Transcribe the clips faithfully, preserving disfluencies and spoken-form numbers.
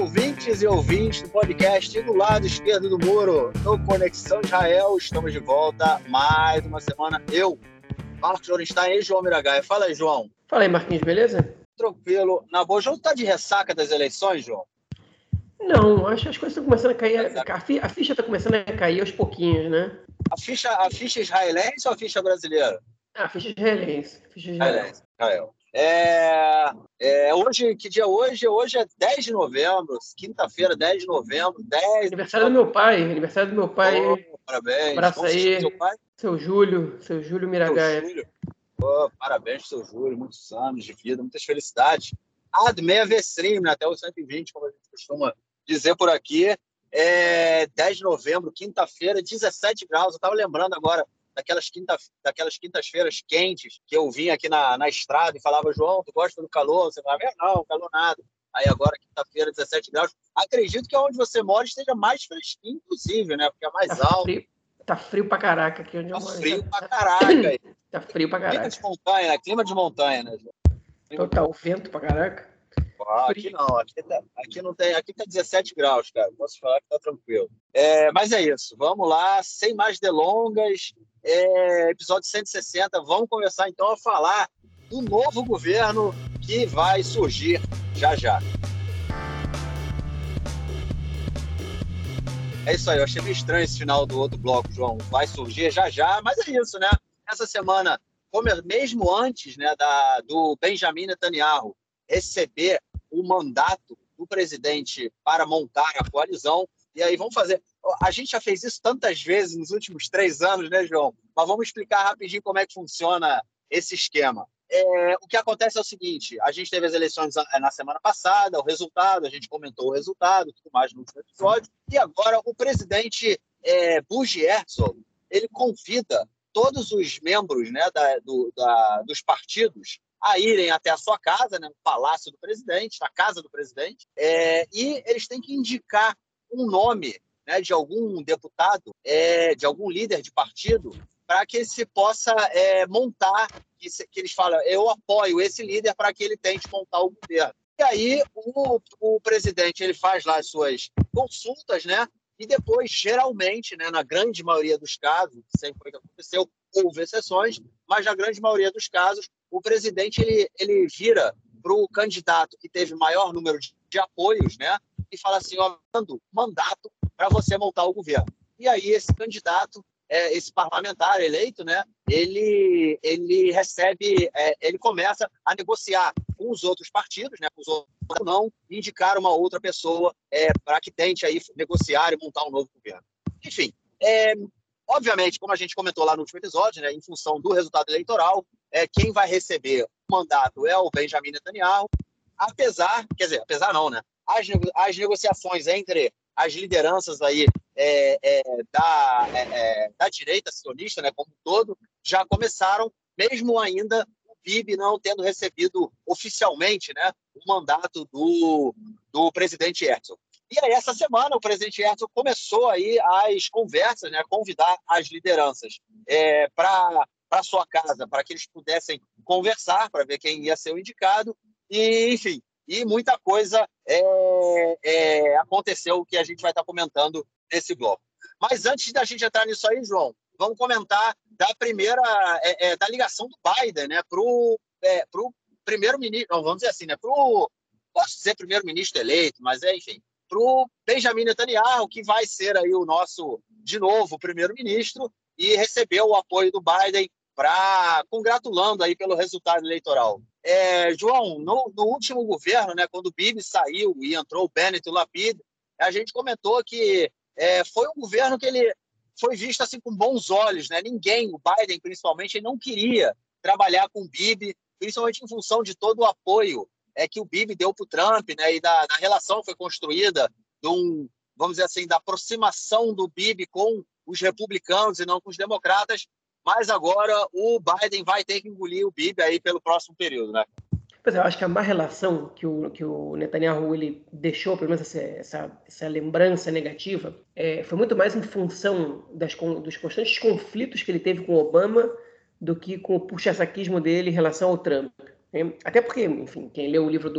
ouvintes e ouvintes do podcast do lado esquerdo do muro, no Conexão Israel, estamos de volta mais uma semana. Eu, Marcos Lorenstein e João Miragaia. Fala aí, João. Fala aí, Marquinhos, beleza? Tranquilo. Na boa, João, tá de ressaca das eleições, João? Não, acho que as coisas estão começando a cair, a ficha está começando a cair aos pouquinhos, né? A ficha, a ficha israelense ou a ficha brasileira? Ah, a ficha israelense. Ficha israelense. Israel. É, é, hoje, que dia é hoje? Hoje é dez de novembro, quinta-feira, dez de novembro. dez Aniversário do meu pai, aniversário do meu pai. Oh, parabéns. Abraço Como aí, seu pai? Seu Júlio, seu Júlio Miragaia. Seu Júlio. Oh, parabéns, seu Júlio, muitos anos de vida, muitas felicidades. Ad meia vestrim, né? Até o cento e vinte, como a gente costuma dizer por aqui. É dez de novembro, quinta-feira, dezessete graus. Eu estava lembrando agora daquelas, quinta, daquelas quintas-feiras quentes que eu vinha aqui na, na estrada e falava, João, tu gosta do calor? Você falava, não, calor nada. Aí agora, quinta-feira, dezessete graus. Acredito que onde você mora esteja mais fresquinho, inclusive, né? Porque é mais tá alto. Frio, tá frio pra caraca aqui onde tá eu moro. Frio tá pra caraca aí. Tá frio pra caraca. Clima de montanha, né? Clima de montanha, né, João? Total, vento pra caraca. Ah, aqui não, aqui, tá, aqui não tem, aqui tá dezessete graus, cara. Posso falar que tá tranquilo. É, mas é isso, vamos lá, sem mais delongas. É, episódio cento e sessenta, vamos começar então a falar do novo governo que vai surgir já já. É isso aí, eu achei meio estranho esse final do outro bloco, João. Vai surgir já já, mas é isso, né? Essa semana, mesmo antes, né, da, do Benjamin Netanyahu receber o mandato do presidente para montar a coalizão, e aí vamos fazer... A gente já fez isso tantas vezes nos últimos três anos, né, João? Mas vamos explicar rapidinho como é que funciona esse esquema. É, o que acontece é o seguinte, a gente teve as eleições na semana passada, o resultado, a gente comentou o resultado, tudo mais no último episódio, e agora o presidente é, Buggy Herzog, ele convida todos os membros, né, da, do, da, dos partidos a irem até a sua casa, né, no palácio do presidente, na casa do presidente, é, e eles têm que indicar um nome, né, de algum deputado, é, de algum líder de partido, para que se possa é, montar, que, se, que eles falam, eu apoio esse líder para que ele tente montar o governo. E aí o, o presidente ele faz lá as suas consultas, né? E depois, geralmente, né, na grande maioria dos casos, sempre foi o que aconteceu, houve exceções, mas na grande maioria dos casos, o presidente ele, ele vira para o candidato que teve maior número de, de apoios, né? E fala assim, ó, mando mandato para você montar o governo. E aí esse candidato, é, esse parlamentar eleito, né, ele, ele recebe, é, ele começa a negociar com os outros partidos, né, com os outros não, indicar uma outra pessoa é, para que tente aí negociar e montar um novo governo. Enfim, é, obviamente, como a gente comentou lá no último episódio, né, em função do resultado eleitoral, é, quem vai receber o mandato é o Benjamin Netanyahu, apesar, quer dizer, apesar não, né, as, as negociações entre as lideranças aí é, é, da, é, da direita sionista, né, como um todo, já começaram, mesmo ainda o Bibi não tendo recebido oficialmente, né, o mandato do, do presidente Herzog. E aí, essa semana, o presidente Herzog começou aí as conversas, né, convidar as lideranças é, para a sua casa, para que eles pudessem conversar, para ver quem ia ser o indicado, e, enfim, e muita coisa é, é, aconteceu que a gente vai estar comentando nesse bloco. Mas antes da gente entrar nisso aí, João, vamos comentar da primeira, é, é, da ligação do Biden, né, para o é, primeiro-ministro, não, vamos dizer assim, né, pro, posso dizer primeiro-ministro eleito, mas é, enfim, para o Benjamin Netanyahu, que vai ser aí o nosso, de novo, primeiro-ministro, e recebeu o apoio do Biden para congratulando aí pelo resultado eleitoral. É, João, no, no último governo, né, quando o Bibi saiu e entrou o Bennett e o Lapid, a gente comentou que é, foi um governo que ele foi visto assim com bons olhos, né? Ninguém, o Biden principalmente, ele não queria trabalhar com o Bibi, principalmente em função de todo o apoio é, que o Bibi deu para o Trump, né? E da, da relação que foi construída, de um, vamos dizer assim, da aproximação do Bibi com os republicanos e não com os democratas. Mas agora o Biden vai ter que engolir o Bibi aí pelo próximo período, né? Pois é, eu acho que a má relação que o, que o Netanyahu ele deixou, pelo menos essa, essa, essa lembrança negativa, é, foi muito mais em função das, dos constantes conflitos que ele teve com o Obama do que com o puxa-saquismo dele em relação ao Trump. Né? Até porque, enfim, quem leu o livro do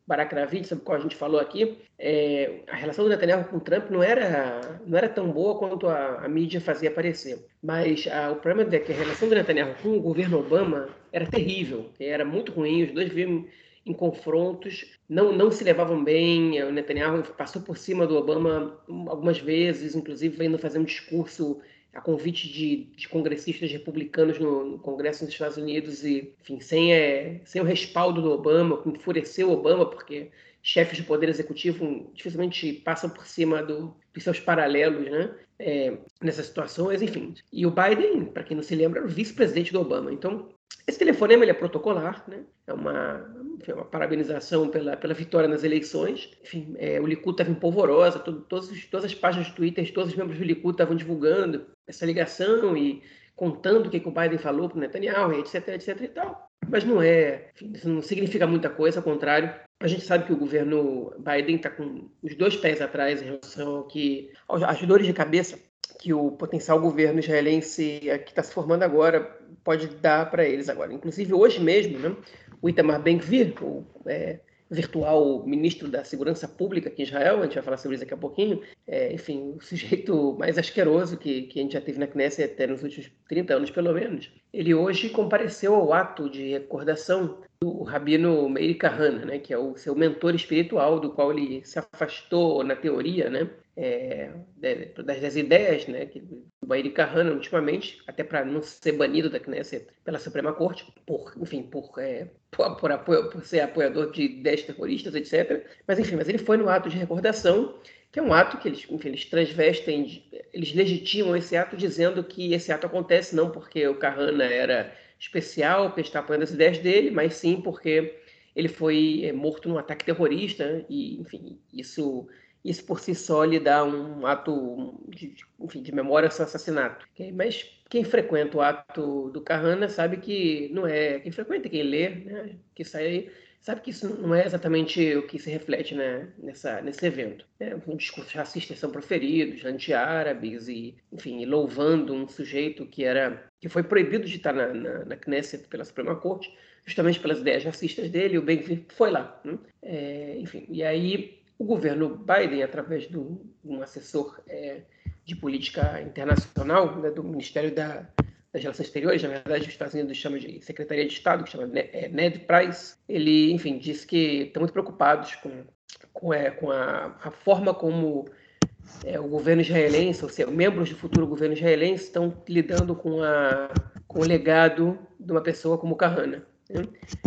Barak Ravid, sobre o qual a gente falou aqui, é, a relação do Netanyahu com o Trump não era, não era tão boa quanto a, a mídia fazia parecer. Mas a, o problema é que a relação do Netanyahu com o governo Obama era terrível, era muito ruim, os dois viviam em confrontos, não, não se levavam bem. O Netanyahu passou por cima do Obama algumas vezes, inclusive indo fazer um discurso a convite de, de congressistas republicanos no, no Congresso dos Estados Unidos e, enfim, sem, é, sem o respaldo do Obama, o que enfureceu o Obama, porque chefes de poder executivo dificilmente passam por cima do, dos seus paralelos, né, é, nessas situações, enfim. E o Biden, para quem não se lembra, era o vice-presidente do Obama. Então, esse telefonema ele é protocolar, né? É uma, enfim, uma parabenização pela, pela vitória nas eleições. Enfim, é, o Likud estava em polvorosa, todo, todos, todas as páginas de Twitter, todos os membros do Likud estavam divulgando essa ligação e contando o que, que o Biden falou para o Netanyahu, etc, etc e tal. Mas não é, enfim, isso não significa muita coisa, ao contrário. A gente sabe que o governo Biden está com os dois pés atrás em relação ao que, às dores de cabeça que o potencial governo israelense que está se formando agora pode dar para eles agora. Inclusive, hoje mesmo, né, o Itamar Ben-Gvir, o é, virtual ministro da Segurança Pública aqui em Israel, a gente vai falar sobre isso daqui a pouquinho, é, enfim, o sujeito mais asqueroso que, que a gente já teve na Knesset até nos últimos trinta anos, pelo menos, ele hoje compareceu ao ato de recordação do Rabino Meir Kahane, né, que é o seu mentor espiritual, do qual ele se afastou na teoria, né, é, das, das ideias, né, que o Meir Kahane, ultimamente, até para não ser banido da Knesset pela Suprema Corte, por, enfim, por, é, por, por, apoio, por ser apoiador de ideias terroristas, etcétera. Mas, enfim, mas ele foi no ato de recordação, que é um ato que eles, enfim, eles transvestem, eles legitimam esse ato dizendo que esse ato acontece não porque o Kahane era especial, porque está apoiando as ideias dele, mas sim porque ele foi é, morto num ataque terrorista e, enfim, isso, isso por si só lhe dá um ato de, enfim, de memória ao seu assassinato. Okay? Mas quem frequenta o ato do Kahane sabe que não é, quem frequenta, quem lê, né, que sai sabe que isso não é exatamente o que se reflete, né, nessa, nesse evento. É, um discursos racistas são proferidos, anti-árabes e, enfim, louvando um sujeito que era que foi proibido de estar na, na, na Knesset pela Suprema Corte, justamente pelas ideias racistas dele. O Ben-Gvir foi lá. Né? É, enfim, e aí o governo Biden, através de um assessor é, de política internacional, né, do Ministério da das Relações Exteriores, na verdade, os Estados Unidos chamam de Secretaria de Estado, que chama Ned Price, ele, enfim, disse que estão muito preocupados com, com, é, com a, a forma como é, o governo israelense, ou seja, membros do futuro governo israelense estão lidando com, a, com o legado de uma pessoa como Kahane. Né?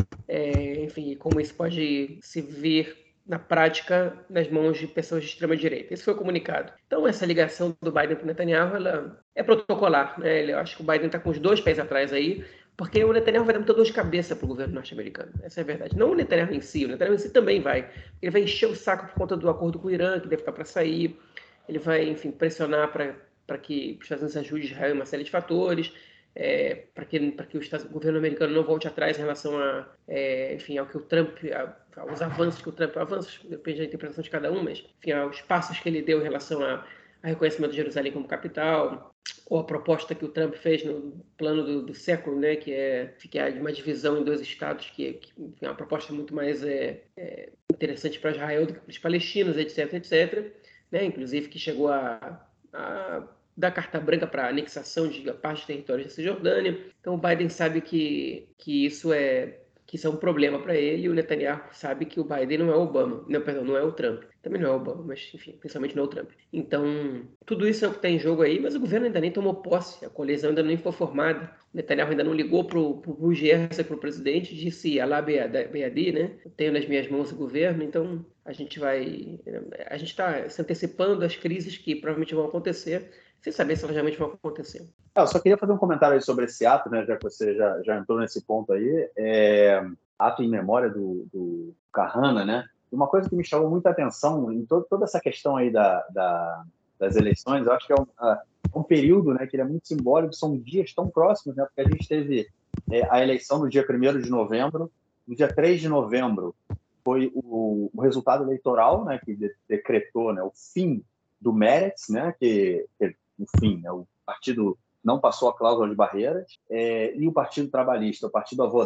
É, enfim, como isso pode se vir na prática nas mãos de pessoas de extrema-direita. Esse foi o comunicado. Então, essa ligação do Biden com o Netanyahu ela é protocolar. Né? Eu acho que o Biden está com os dois pés atrás aí, porque o Netanyahu vai dar muita dor de cabeça para o governo norte-americano. Essa é a verdade. Não o Netanyahu em si, o Netanyahu em si também vai. Ele vai encher o saco por conta do acordo com o Irã, que deve estar para sair. Ele vai, enfim, pressionar para que os Estados Unidos ajudem Israel em uma série de fatores. É, para que, que o, Estado, o governo americano não volte atrás em relação a, é, enfim, ao que o Trump, a, aos avanços que o Trump, avanços, depende da interpretação de cada um, mas, enfim, aos passos que ele deu em relação a, a reconhecimento de Jerusalém como capital, ou a proposta que o Trump fez no plano do, do século, né, que é que é uma divisão em dois estados, que, que enfim, é uma proposta muito mais é, é, interessante para Israel do que para os palestinos, etc, etc, né, inclusive que chegou a, a da carta branca para a anexação de parte dos territórios da Cisjordânia. Então o Biden sabe que, que isso é que isso é um problema para ele, e o Netanyahu sabe que o Biden não é o Obama, não, perdão, não é o Trump. Também não é o Obama, mas enfim, principalmente não é o Trump. Então, tudo isso é o que está em jogo aí, mas o governo ainda nem tomou posse, a coalizão ainda nem foi formada. O Netanyahu ainda não ligou para o Bugui Herza, para o presidente, disse Alá Beadi, né? Eu tenho nas minhas mãos o governo, então a gente vai... A gente está se antecipando às crises que provavelmente vão acontecer, sem saber se elas realmente vão acontecer. Ah, eu só queria fazer um comentário aí sobre esse ato, né, já que você já, já entrou nesse ponto aí, é, ato em memória do, do Kahane, né? Uma coisa que me chamou muita atenção em to toda essa questão aí da, da, das eleições, eu acho que é um, é um período, né, que ele é muito simbólico, são dias tão próximos, né, porque a gente teve é, a eleição no dia primeiro de novembro, no dia três de novembro foi o, o resultado eleitoral, né, que de, decretou, né, o fim do Meretz, né, que, que enfim, né, o partido não passou a cláusula de barreiras, é, e o Partido Trabalhista, o Partido Avodá,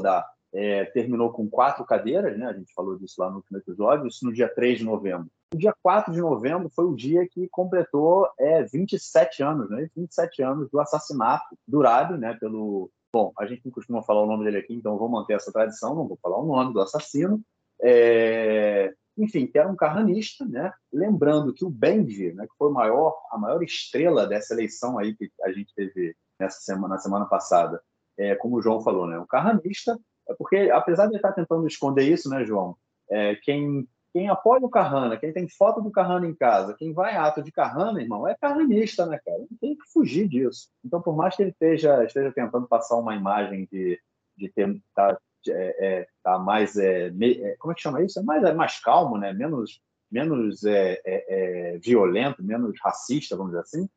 é, terminou com quatro cadeiras, né? A gente falou disso lá no último episódio, isso no dia três de novembro. O dia quatro de novembro foi o dia que completou é, vinte e sete anos, né? vinte e sete anos do assassinato do Rabin, né? Pelo... Bom, a gente não costuma falar o nome dele aqui, então vou manter essa tradição, não vou falar o nome do assassino. É... Enfim, que era um carranista, né? Lembrando que o Ben-Gvir, né, que foi o maior, a maior estrela dessa eleição aí que a gente teve nessa semana, na semana passada, é, como o João falou, né? Um carranista, é porque, apesar de ele estar tentando esconder isso, né, João? É, quem, quem apoia o Kahana, quem tem foto do Kahana em casa, quem vai a ato de Kahana, irmão, é carranista, né, cara? Não tem que fugir disso. Então, por mais que ele esteja, esteja tentando passar uma imagem de, de ter... Tá, É, é, tá mais é, me, é, como é que chama isso? É mais, é mais calmo, né? Menos, menos é, é, é, violento, menos racista, vamos dizer assim.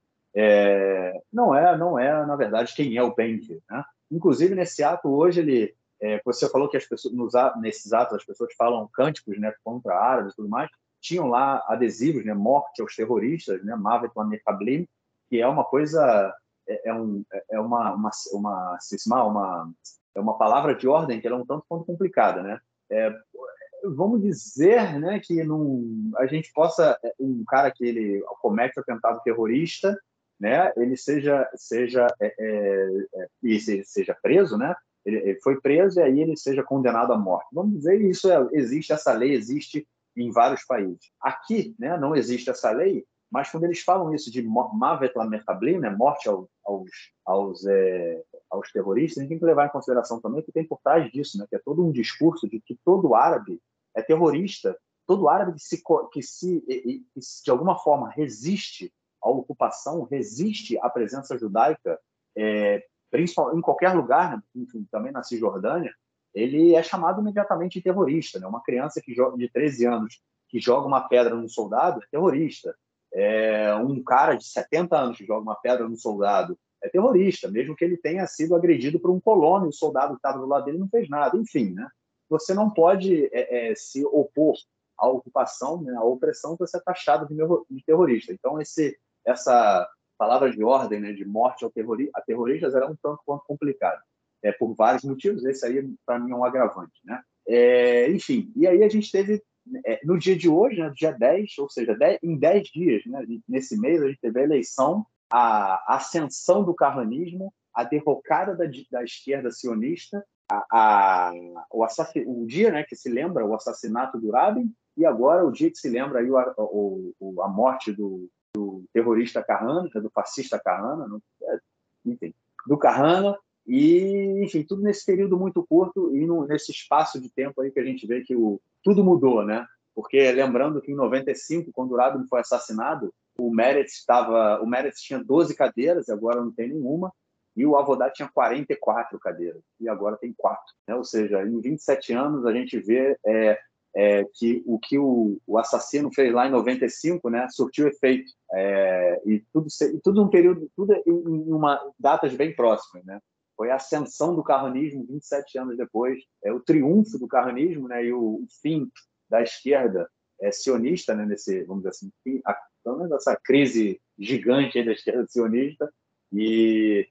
É, não é, não é na verdade quem é o Ben-Gvir, né? Inclusive nesse ato hoje ele, é, você falou que as pessoas nos, nesses atos as pessoas falam cânticos, né, contra árabes e tudo mais. Tinham lá adesivos, né? Morte aos terroristas, né? Mavet Lamekablim, que é uma coisa é, é, um, é uma uma uma, uma, uma é uma palavra de ordem que ela é um tanto quanto complicada, né? É, vamos dizer, né, que num, a gente possa um cara que ele comete o atentado terrorista, né, ele seja seja é, é, e seja preso, né? Ele, ele foi preso e aí ele seja condenado à morte. Vamos dizer isso é, existe essa lei, existe em vários países. Aqui, né, não existe essa lei. Mas quando eles falam isso de Mavet Lamekablim, né, morte aos, aos, aos, é, aos terroristas, a gente tem que levar em consideração também que tem por trás disso, né, que é todo um discurso de que todo árabe é terrorista, todo árabe que, se, que, se, que se de alguma forma resiste à ocupação, resiste à presença judaica, é, principalmente em qualquer lugar, né, enfim, também na Cisjordânia, ele é chamado imediatamente de terrorista. Né? Uma criança que joga, de treze anos que joga uma pedra num soldado é terrorista. É, um cara de setenta anos que joga uma pedra no soldado é terrorista, mesmo que ele tenha sido agredido por um colono e o soldado que estava do lado dele não fez nada. Enfim, né? Você não pode é, é, se opor à ocupação, né, à opressão, você é taxado de, de terrorista. Então, esse, essa palavra de ordem, né, de morte ao terrori a terroristas era um tanto quanto complicado. É, por vários motivos, esse aí, para mim, é um agravante. Né? É, enfim, e aí a gente teve É, no dia de hoje, né, dia dez, ou seja, dez, em dez dias, né, nesse mês, a gente teve a eleição, a ascensão do carranismo, a derrocada da, da esquerda sionista, a, a, o, o dia, né, que se lembra o assassinato do Rabin, e agora o dia que se lembra aí o, o, a morte do, do terrorista Kahana, do fascista Kahana, não, enfim, do Kahana. E, enfim, tudo nesse período muito curto e no, nesse espaço de tempo aí que a gente vê que o, tudo mudou, né? Porque lembrando que em noventa e cinco, quando o Rabin foi assassinado, o Meretz estava, o Meretz tinha doze cadeiras, agora não tem nenhuma, e o Avodat tinha quarenta e quatro cadeiras, e agora tem quatro. Né? Ou seja, em vinte e sete anos a gente vê é, é, que o que o, o assassino fez lá em noventa e cinco, né, surtiu efeito. É, e tudo, e tudo num período, tudo em uma datas bem próximas, né? Foi a ascensão do carranismo vinte e sete anos depois, é o triunfo do carranismo, né, e o, o fim da esquerda é, sionista, né, nesse, vamos dizer assim, fim, a, essa crise gigante da esquerda sionista e,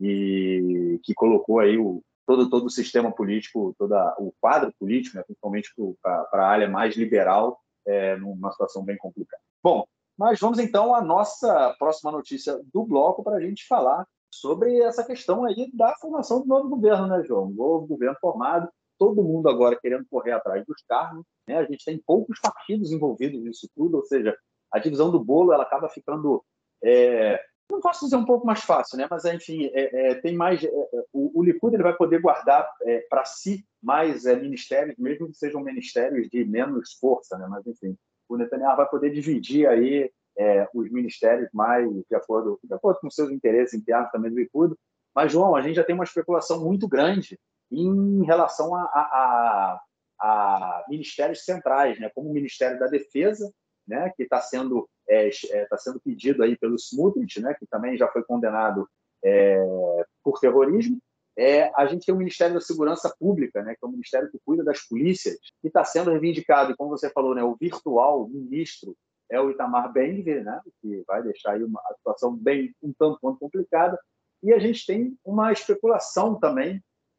e que colocou aí o, todo, todo o sistema político, todo o quadro político, né, principalmente para a área mais liberal, é, numa situação bem complicada. Bom, mas vamos então à nossa próxima notícia do bloco para a gente falar sobre essa questão aí da formação do novo governo, né, João? Novo governo formado, todo mundo agora querendo correr atrás dos cargos, né? A gente tem poucos partidos envolvidos nisso tudo, ou seja, a divisão do bolo ela acaba ficando, é, não posso dizer um pouco mais fácil, né? Mas enfim, é, é, tem mais, é, o, o Likud ele vai poder guardar é, para si mais é, ministérios, mesmo que sejam ministérios de menos força, né? Mas enfim, o Netanyahu vai poder dividir aí É, os ministérios mais de acordo, de acordo com seus interesses internos também do Likud. Mas, João, a gente já tem uma especulação muito grande em relação a, a, a, a ministérios centrais, né? Como o Ministério da Defesa, né? Que está sendo, é, é, tá sendo pedido aí pelo Smotrich, né? Que também já foi condenado é, por terrorismo. É, a gente tem o Ministério da Segurança Pública, né? Que é o ministério que cuida das polícias, que está sendo reivindicado, e como você falou, né? O virtual ministro é o Itamar Ben-Gvir, né, que vai deixar aí uma situação bem um tanto quanto complicada. E a gente tem uma especulação também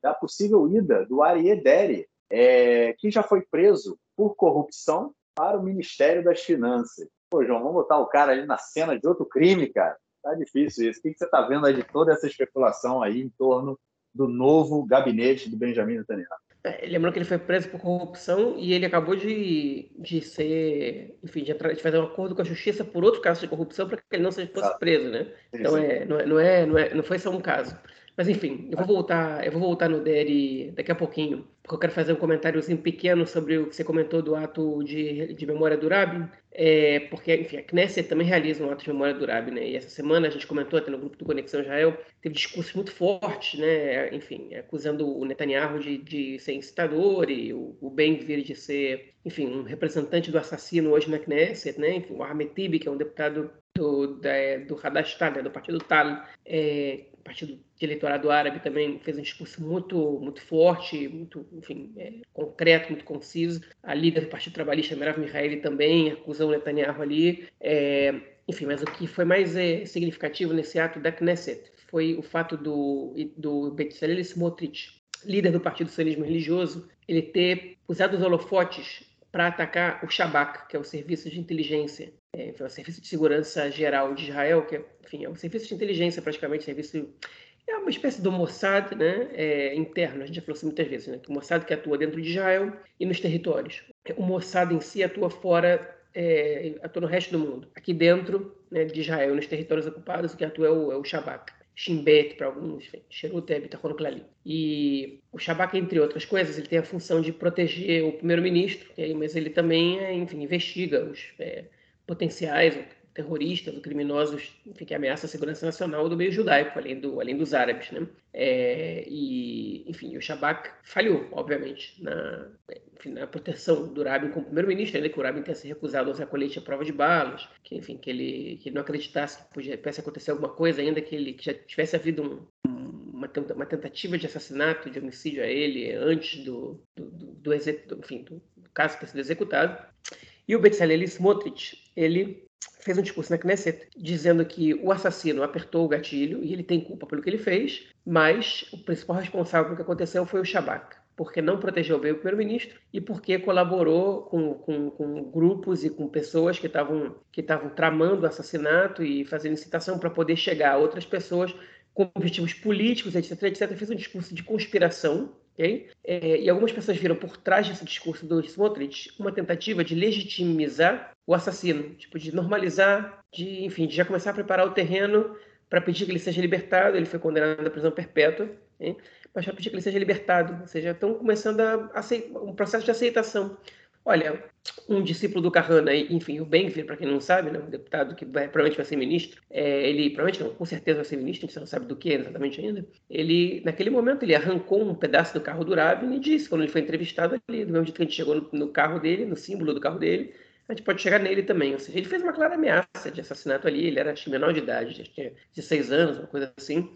da possível ida do Aryeh Deri, é, que já foi preso por corrupção, para o Ministério das Finanças. Pô, João, vamos botar o cara ali na cena de outro crime, cara? Tá difícil isso. O que você está vendo aí de toda essa especulação aí em torno do novo gabinete do Benjamin Netanyahu? É, lembrando que ele foi preso por corrupção e ele acabou de, de ser, enfim, de, de fazer um acordo com a justiça por outro caso de corrupção para que ele não seja, fosse Exato. preso, né? Sim, então sim. É, não, é, não, é, não, é, não foi só um caso. Mas enfim, eu vou voltar, eu vou voltar no Deri daqui a pouquinho, porque eu quero fazer um comentáriozinho pequeno sobre o que você comentou do ato de, de memória do Rabin, é, porque, enfim, a Knesset também realiza um ato de memória do Rabin, né? E essa semana a gente comentou até no grupo do Conexão Israel, teve discursos muito fortes, né? Enfim, acusando o Netanyahu de, de ser incitador e o, o Ben-Gvir de ser, enfim, um representante do assassino hoje na Knesset, né? Enfim, o Ahmed Tibi, que é um deputado do, da, do Hadash-Tal, né? Do partido Tal, é, partido de eleitorado árabe, também fez um discurso muito, muito forte, muito, enfim, é, concreto, muito conciso. A líder do Partido Trabalhista, Merav Mihaeli, também acusou o Netanyahu ali. É, enfim, mas o que foi mais é, significativo nesse ato da Knesset foi o fato do, do Bezalel Smotrich, líder do Partido Sionismo Religioso, ele ter usado os holofotes para atacar o Shabak, que é o Serviço de Inteligência, é, o Serviço de Segurança Geral de Israel, que é, enfim, é um serviço de inteligência praticamente, serviço, é uma espécie do Mossad, né, é, interno, a gente já falou assim muitas vezes, né, que o Mossad que atua dentro de Israel e nos territórios. O Mossad em si atua fora, é, atua no resto do mundo. Aqui dentro, né, de Israel, nos territórios ocupados, o que atua é o, é o Shabak. Shin Bet para alguns, Sherut é Bitachon Klali. E o Shabak, entre outras coisas, ele tem a função de proteger o primeiro-ministro, mas ele também, enfim, investiga os é, potenciais terroristas ou criminosos, enfim, que ameaçam a segurança nacional do meio judaico, além, do, além dos árabes, né? É, e, enfim, o Shabak falhou, obviamente, na, enfim, na proteção do Rabin como primeiro-ministro, ainda que o Rabin tenha se recusado a usar colete à prova de balas, que, enfim, que ele, que ele não acreditasse que podia, pudesse acontecer alguma coisa, ainda que ele que já tivesse havido um, uma, uma tentativa de assassinato, de homicídio a ele antes do, do, do, do, do, enfim, do, do caso ter sido executado. E o Bezalel Smotrich, ele fez um discurso na Knesset dizendo que o assassino apertou o gatilho e ele tem culpa pelo que ele fez, mas o principal responsável pelo que aconteceu foi o Shabak, porque não protegeu bem o primeiro-ministro e porque colaborou com, com, com grupos e com pessoas que estavam que estavam tramando o assassinato e fazendo incitação para poder chegar a outras pessoas com objetivos políticos, etc, etcétera. Fez um discurso de conspiração. Okay? É, e algumas pessoas viram por trás desse discurso do Smotrich uma tentativa de legitimizar o assassino, tipo de normalizar, de, enfim, de já começar a preparar o terreno para pedir que ele seja libertado. Ele foi condenado à prisão perpétua, okay? Mas para pedir que ele seja libertado, ou seja, estão começando a aceitar, um processo de aceitação. Olha, um discípulo do Kahana, enfim, o Ben-Gvir, para quem não sabe, né, um deputado que vai, provavelmente vai ser ministro, é, ele provavelmente não, com certeza vai ser ministro, a gente não sabe do que exatamente ainda, ele, naquele momento, ele arrancou um pedaço do carro do Rabin e disse, quando ele foi entrevistado ali, do mesmo jeito que a gente chegou no, no carro dele, no símbolo do carro dele, a gente pode chegar nele também. Ou seja, ele fez uma clara ameaça de assassinato ali, ele era acho, menor de idade, acho que tinha dezesseis anos, uma coisa assim.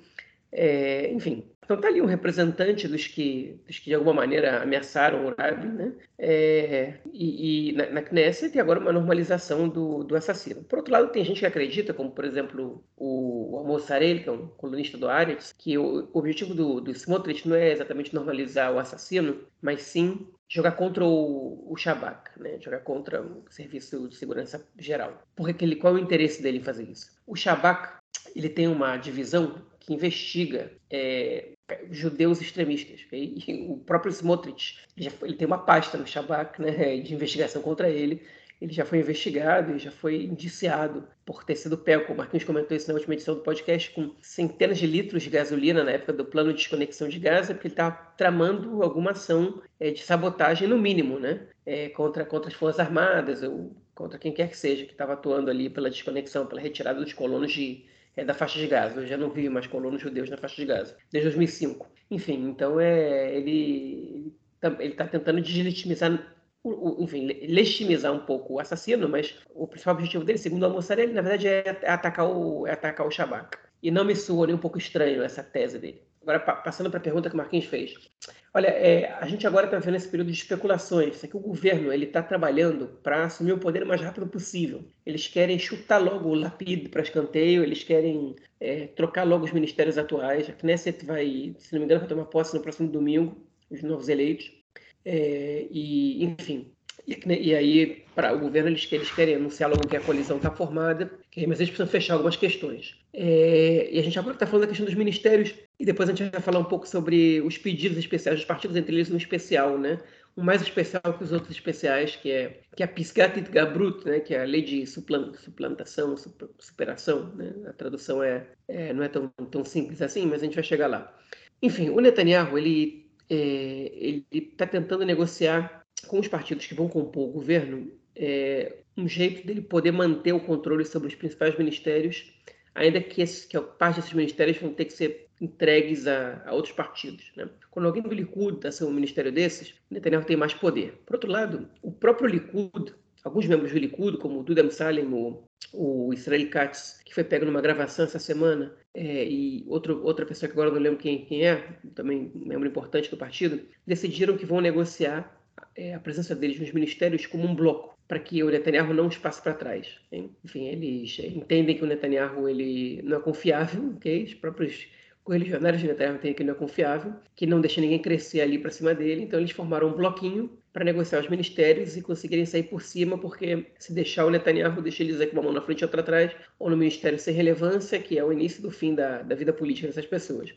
É, enfim, então está ali um representante dos que, dos que de alguma maneira ameaçaram o Rabin, né? É, e, e na, na Knesset tem agora uma normalização do, do assassino. Por outro lado, tem gente que acredita, como por exemplo o, o Amos Harel, que é um colunista do Haaretz, que o, o objetivo do, do Smotrich não é exatamente normalizar o assassino, mas sim jogar contra o, o Shabak, né? Jogar contra o Serviço de Segurança Geral. Porque ele, qual é o interesse dele em fazer isso? O Shabak ele tem uma divisão que investiga é, judeus extremistas. Okay? E o próprio Smotrich, ele, já foi, ele tem uma pasta no Shabak, né, de investigação contra ele. Ele já foi investigado e já foi indiciado por ter sido pego, como o Marquinhos comentou isso na última edição do podcast, com centenas de litros de gasolina na época do plano de desconexão de Gaza, porque ele estava tramando alguma ação é, de sabotagem, no mínimo, né, é, contra, contra as Forças Armadas ou contra quem quer que seja que estava atuando ali pela desconexão, pela retirada dos colonos de É da faixa de Gaza. Eu já não vi mais colonos judeus na faixa de Gaza, desde dois mil e cinco. Enfim, então é, ele está tentando deslegitimizar, o, o, enfim, legitimizar um pouco o assassino, mas o principal objetivo dele, segundo o Amos Harel, na verdade é, é, atacar o, é atacar o Shabak. E não me soa nem um pouco estranho essa tese dele. agora passando para a pergunta que o Marquinhos fez. Olha, é, a gente agora está vendo esse período de especulações. É que o governo ele está trabalhando para assumir o poder o mais rápido possível. Eles querem chutar logo o Lapid para escanteio, eles querem é, trocar logo os ministérios atuais. A Knesset vai, se não me engano, vai tomar posse no próximo domingo, os novos eleitos. É, e, enfim, e, e aí, para o governo, eles, eles querem anunciar logo que a coalizão está formada, que, mas eles precisam fechar algumas questões. É, e a gente agora está falando da questão dos ministérios, e depois a gente vai falar um pouco sobre os pedidos especiais dos partidos, entre eles um especial, né? Um mais especial que os outros especiais, que é, que é a Pisgat Gabrut, né? Que é a lei de suplantação, superação, né? A tradução é, é, não é tão, tão simples assim, mas a gente vai chegar lá. Enfim, o Netanyahu, ele é, ele está tentando negociar com os partidos que vão compor o governo é, um jeito dele poder manter o controle sobre os principais ministérios, ainda que, esse, que a parte desses ministérios vão ter que ser entregues a, a outros partidos. Né? Quando alguém do Likud está sendo um ministério desses, o Netanyahu tem mais poder. Por outro lado, o próprio Likud, alguns membros do Likud, como o Dudem Salem, o, o Israel Katz, que foi pego numa gravação essa semana, é, e outro, outra pessoa que agora eu não lembro quem, quem é, também um membro importante do partido, decidiram que vão negociar é, a presença deles nos ministérios como um bloco, para que o Netanyahu não os passe para trás. Hein? Enfim, eles entendem que o Netanyahu ele não é confiável, okay? Os próprios correligionários de Netanyahu entendem que ele não é confiável, que não deixa ninguém crescer ali para cima dele, então eles formaram um bloquinho para negociar os ministérios e conseguirem sair por cima, porque se deixar o Netanyahu, deixa eles aqui uma mão na frente e outra atrás, ou no ministério sem relevância, que é o início do fim da, da vida política dessas pessoas.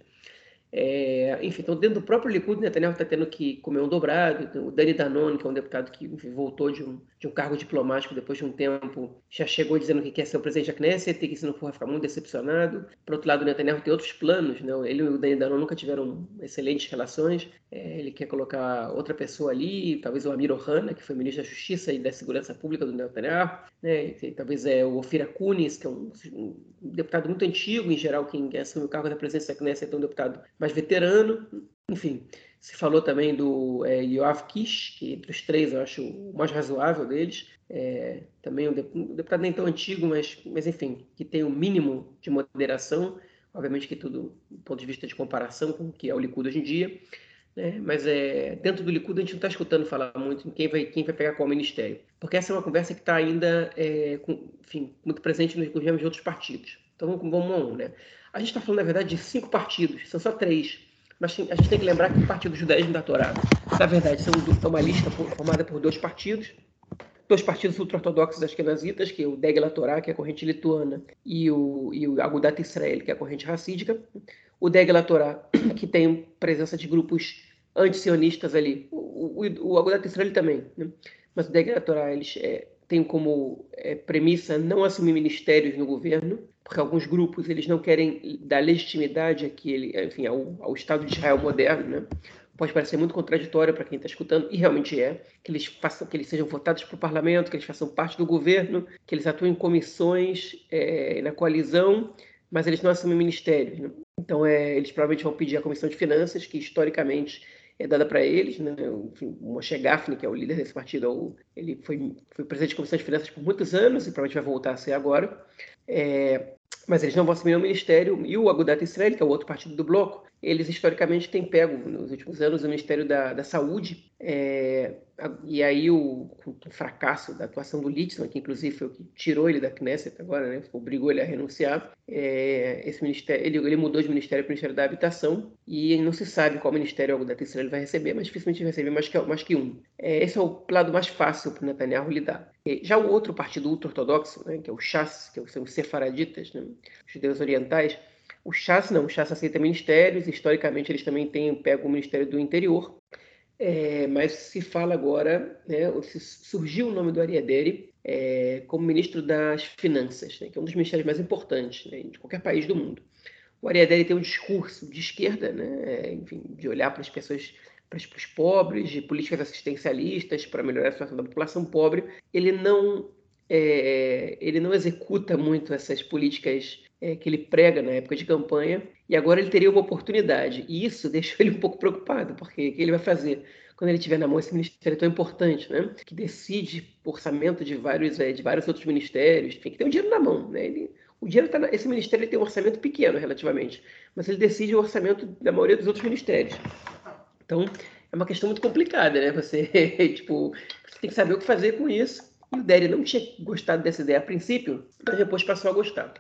É, enfim, então dentro do próprio Likud, Netanyahu está tendo que comer um dobrado. O Dani Danon, que é um deputado que enfim, voltou de um, de um cargo diplomático depois de um tempo, já chegou dizendo que quer ser o presidente da Knesset e que se não for vai ficar muito decepcionado. Por outro lado, o Netanyahu tem outros planos, né? Ele e o Dani Danon nunca tiveram excelentes relações. É, ele quer colocar outra pessoa ali, talvez o Amir Ohana, que foi ministro da Justiça e da Segurança Pública do Netanyahu, né? E, talvez é o Ofir Akunis, que é um, um deputado muito antigo, em geral, quem assume o cargo da presidência da Knesset é um deputado mais veterano. Enfim, se falou também do é, Yoav Kish, que entre os três eu acho o mais razoável deles. É, também um deputado nem tão antigo, mas, mas enfim, que tem o um mínimo de moderação. Obviamente que tudo do ponto de vista de comparação com o que é o Likud hoje em dia. Né? Mas é, dentro do Likud a gente não está escutando falar muito em quem vai, quem vai pegar qual ministério. Porque essa é uma conversa que está ainda é, com, enfim, muito presente nos governos de outros partidos. Então vamos, vamos a um, né? A gente está falando, na verdade, de cinco partidos, são só três. Mas a gente tem que lembrar que o Partido Judaísmo da Torá, na verdade, são uma lista formada por dois partidos, dois partidos ultra-ortodoxos ashkenazitas, que é o Degel Torá, que é a corrente lituana, e o, e o Agudat Israel, que é a corrente racídica. O Degel Torá, que tem presença de grupos anti-sionistas ali. O, o, o Agudat Israel também, né? Mas o Degel Torá, eles é, têm como é, premissa não assumir ministérios no governo, porque alguns grupos eles não querem dar legitimidade àquele, enfim, ao, ao Estado de Israel moderno, né? Pode parecer muito contraditório para quem está escutando, e realmente é, que eles façam, que eles sejam votados para o parlamento, que eles façam parte do governo, que eles atuem em comissões é, na coalizão, mas eles não assumem ministérios. Né? Então, é, eles provavelmente vão pedir a Comissão de Finanças, que historicamente é dada para eles. Né? Enfim, o Moshe Gafni, que é o líder desse partido, ele foi, foi presidente da Comissão de Finanças por muitos anos e provavelmente vai voltar a ser agora. É, mas eles não vão assumir o ministério. E o Agudat Israel, que é o outro partido do bloco, eles historicamente têm pego, nos últimos anos, o Ministério da, da Saúde. É, e aí o, o fracasso da atuação do Litzman, que inclusive foi o que tirou ele da Knesset agora, né, obrigou ele a renunciar, é, esse ministério, ele, ele mudou de ministério para o Ministério da Habitação, e não se sabe qual ministério o Agudat Israel vai receber, mas dificilmente vai receber mais que, mais que um. É, esse é o lado mais fácil para o Netanyahu lidar. E já o outro partido ultra-ortodoxo, né, que é o Shas, que são os sefaraditas, né, os judeus orientais, o Shas não, o Shas aceita ministérios, historicamente eles também têm, pegam o Ministério do Interior, é, mas se fala agora, né, surgiu o nome do Aryeh Deri é, como ministro das Finanças, né, que é um dos ministérios mais importantes, né, de qualquer país do mundo. O Aryeh Deri tem um discurso de esquerda, né, enfim, de olhar para as pessoas, para os pobres, de políticas assistencialistas para melhorar a situação da população pobre. Ele não, é, ele não executa muito essas políticas é, que ele prega na época de campanha, e agora ele teria uma oportunidade, e isso deixou ele um pouco preocupado, porque o que ele vai fazer quando ele tiver na mão esse ministério tão importante, né, que decide o orçamento de vários, é, de vários outros ministérios, enfim, que tem o dinheiro na mão, né, ele O dinheiro tá na, esse ministério ele tem um orçamento pequeno relativamente, mas ele decide o orçamento da maioria dos outros ministérios. Então, é uma questão muito complicada, né? Você, tipo, você tem que saber o que fazer com isso. E o Deri não tinha gostado dessa ideia a princípio, mas depois passou a gostar.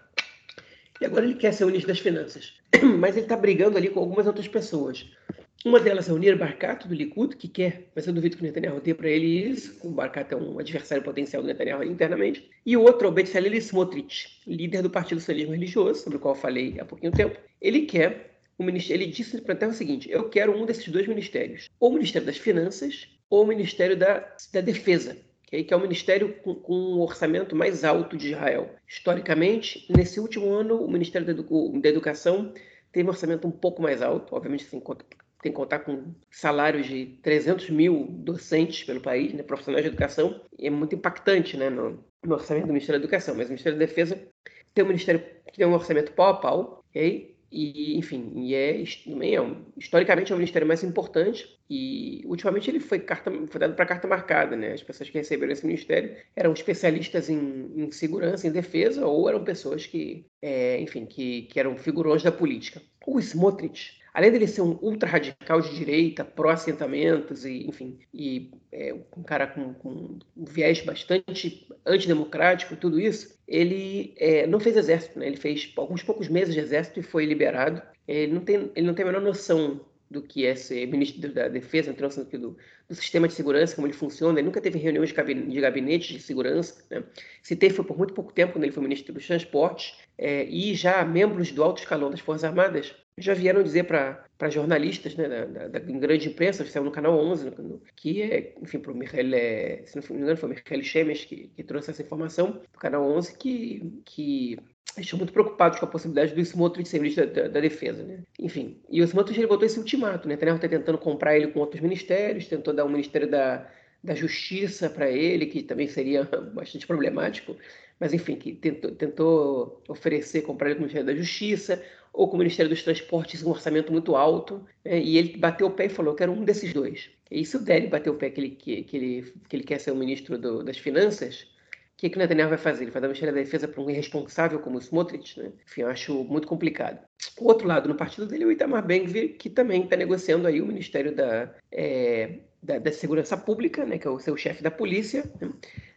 E agora ele quer ser o ministro das Finanças. Mas ele está brigando ali com algumas outras pessoas. Uma delas é o Nir Barkat, do Likud, que quer, mas eu duvido que o Netanyahu dê para ele isso. O Barkat é um adversário potencial do Netanyahu internamente. E o outro é o Bezalel Smotrich, líder do Partido Socialismo Religioso, sobre o qual eu falei há pouquinho tempo. Ele quer, o ministério, ele disse para a Terra o seguinte: eu quero um desses dois ministérios, ou o Ministério das Finanças, ou o Ministério da, da Defesa, que é o ministério com, com o orçamento mais alto de Israel. Historicamente, nesse último ano, o Ministério da, Edu, da Educação teve um orçamento um pouco mais alto, obviamente sem conta, tem que contar com salários de trezentos mil docentes pelo país, né, profissionais de educação, e é muito impactante, né, no, no orçamento do Ministério da Educação. Mas o Ministério da Defesa tem um ministério que tem um orçamento pau a pau, ok? E, enfim, e é, também é um, historicamente é o ministério mais importante, e ultimamente ele foi, carta, foi dado para carta marcada, né? As pessoas que receberam esse ministério eram especialistas em, em segurança, em defesa, ou eram pessoas que, é, enfim, que, que eram figurões da política. O Smotrich, além dele ser um ultra-radical de direita, pró-assentamentos, e, enfim, e é, um cara com, com um viés bastante antidemocrático, tudo isso, ele é, não fez exército, né? Ele fez alguns poucos meses de exército e foi liberado. Ele não tem, ele não tem a menor noção do que é ser ministro da Defesa, não tem noção do, do sistema de segurança, como ele funciona. Ele nunca teve reuniões de gabinete de, gabinete de segurança, né? Se teve, foi por muito pouco tempo, quando ele foi ministro dos Transportes, é, e já membros do alto escalão das Forças Armadas já vieram dizer para jornalistas, né, da, da, da grande imprensa, saiu no Canal onze, no, que é, enfim, para o Michael, é, se não me engano, foi o Michael Shemesh que, que trouxe essa informação para o Canal onze, que, que estão muito preocupados com a possibilidade do Smotrich ser ministro da, da, da Defesa, né? Enfim, e o Smotrich ele botou esse ultimato, né? O Netanyahu está tentando comprar ele com outros ministérios, tentou dar um ministério da, da Justiça para ele, que também seria bastante problemático, mas enfim, que tentou, tentou oferecer, comprar ele com o Ministério da Justiça, ou com o Ministério dos Transportes, um orçamento muito alto, né? E ele bateu o pé e falou: eu quero um desses dois. E se o Deri bateu o pé que ele, que, que ele, que ele quer ser o ministro do, das Finanças, o que, que o Netanyahu vai fazer? Ele vai dar o Ministério da Defesa para um irresponsável como o Smotrich, né? Enfim, eu acho muito complicado. O outro lado, no partido dele, é o Itamar Ben-Gvir, que também está negociando aí o Ministério da, é, da, da Segurança Pública, né? Que é o seu chefe da polícia, né?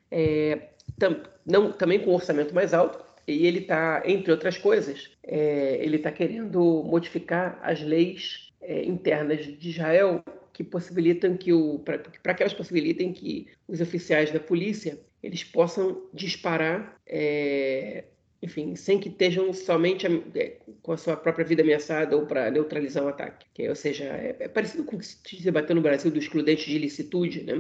É, tam, não, também com um orçamento mais alto. E ele está, entre outras coisas, é, ele está querendo modificar as leis é, internas de Israel que possibilitam que o para que elas possibilitem que os oficiais da polícia eles possam disparar, é, enfim, sem que estejam somente é, com a sua própria vida ameaçada ou para neutralizar um ataque. Que, ou seja, é, é parecido com o que se debateu no Brasil do excludente de ilicitude, né?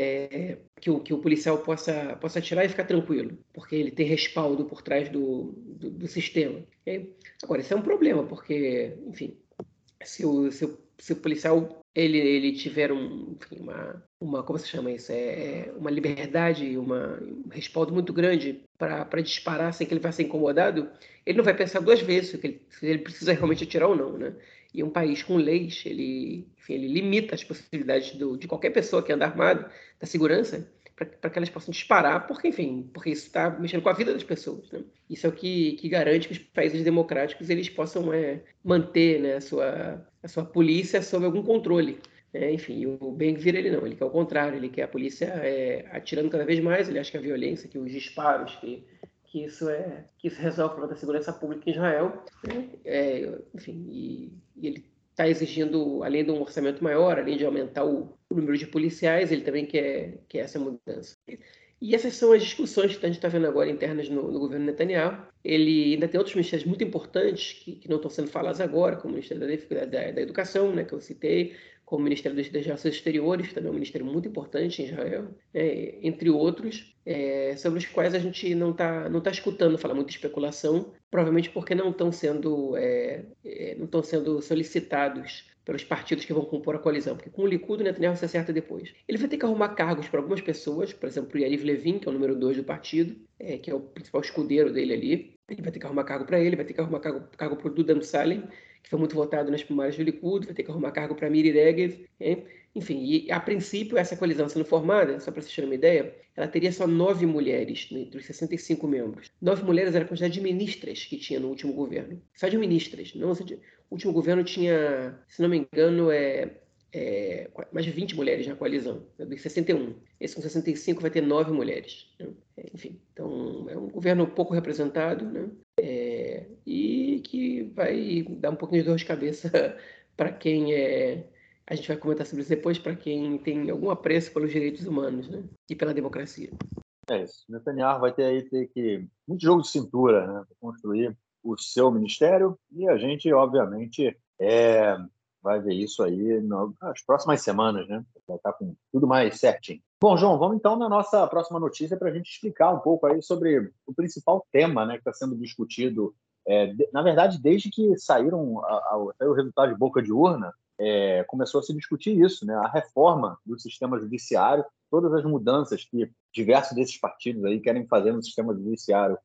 É, que, o, que o policial possa, possa atirar e ficar tranquilo, porque ele tem respaldo por trás do, do, do sistema. Okay? Agora, isso é um problema, porque, enfim, se o, se o, se o policial ele, ele tiver um, enfim, uma, uma, como se chama isso? É, uma liberdade, uma, um respaldo muito grande para disparar sem que ele vá ser incomodado, ele não vai pensar duas vezes se ele, se ele precisa realmente atirar ou não, né? E um país com leis, ele, enfim, ele limita as possibilidades do, de qualquer pessoa que anda armado, da segurança, para que elas possam disparar, porque, enfim, porque isso está mexendo com a vida das pessoas, né? Isso é o que, que garante que os países democráticos eles possam é, manter, né, a, sua, a sua polícia sob algum controle. É, enfim, o Ben-Gvir ele não, ele quer o contrário, ele quer a polícia é, atirando cada vez mais, ele acha que a violência, que os disparos, que, que, isso, é, que isso resolve o problema da segurança pública em Israel. Né? É, enfim, e, e ele está exigindo, além de um orçamento maior, além de aumentar o, o número de policiais, ele também quer, quer essa mudança. E essas são as discussões que a gente está vendo agora internas no, no governo Netanyahu. Ele ainda tem outros ministérios muito importantes que, que não estão sendo falados agora, como o Ministério da, da, da Educação, né, que eu citei, como o Ministério das Relações Exteriores, que também é um ministério muito importante em Israel, né, entre outros, é, sobre os quais a gente não está não tá escutando falar muita especulação, provavelmente porque não estão sendo, é, é, não estão sendo solicitados pelos partidos que vão compor a coalizão, porque com o Likud o Netanyahu se acerta depois. Ele vai ter que arrumar cargos para algumas pessoas, por exemplo, o Yariv Levin, que é o número dois do partido, é, que é o principal escudeiro dele ali, Ele vai ter que arrumar cargo para ele, vai ter que arrumar cargo, cargo para o Dudam Salem, que foi muito votado nas primárias do Likud, vai ter que arrumar cargo para Miri Regev, hein? Enfim, e a princípio, essa coalizão sendo formada, só para vocês terem uma ideia, ela teria só nove mulheres entre os sessenta e cinco membros. Nove mulheres era a quantidade de ministras que tinha no último governo. Só de ministras. Não, o último governo tinha, se não me engano, é, é, mais de vinte mulheres na coalizão, né, dos sessenta e um. Esse com sessenta e cinco vai ter nove mulheres. Né? Enfim, então é um governo pouco representado, né? É, e que vai dar um pouquinho de dor de cabeça para quem é... A gente vai comentar sobre isso depois, para quem tem algum apreço pelos direitos humanos, né? E pela democracia. É isso. Netanyahu vai ter aí ter que muito jogo de cintura, né, para construir o seu ministério, e a gente, obviamente, é, vai ver isso aí nas próximas semanas, né? Vai estar com tudo mais certinho. Bom, João, vamos então na nossa próxima notícia para a gente explicar um pouco aí sobre o principal tema, né, que está sendo discutido, é, de, na verdade, desde que saíram a, a, saiu o resultado de boca de urna. É, começou a se discutir isso, né? A reforma do sistema judiciário, todas as mudanças que diversos desses partidos aí querem fazer no sistema judiciário,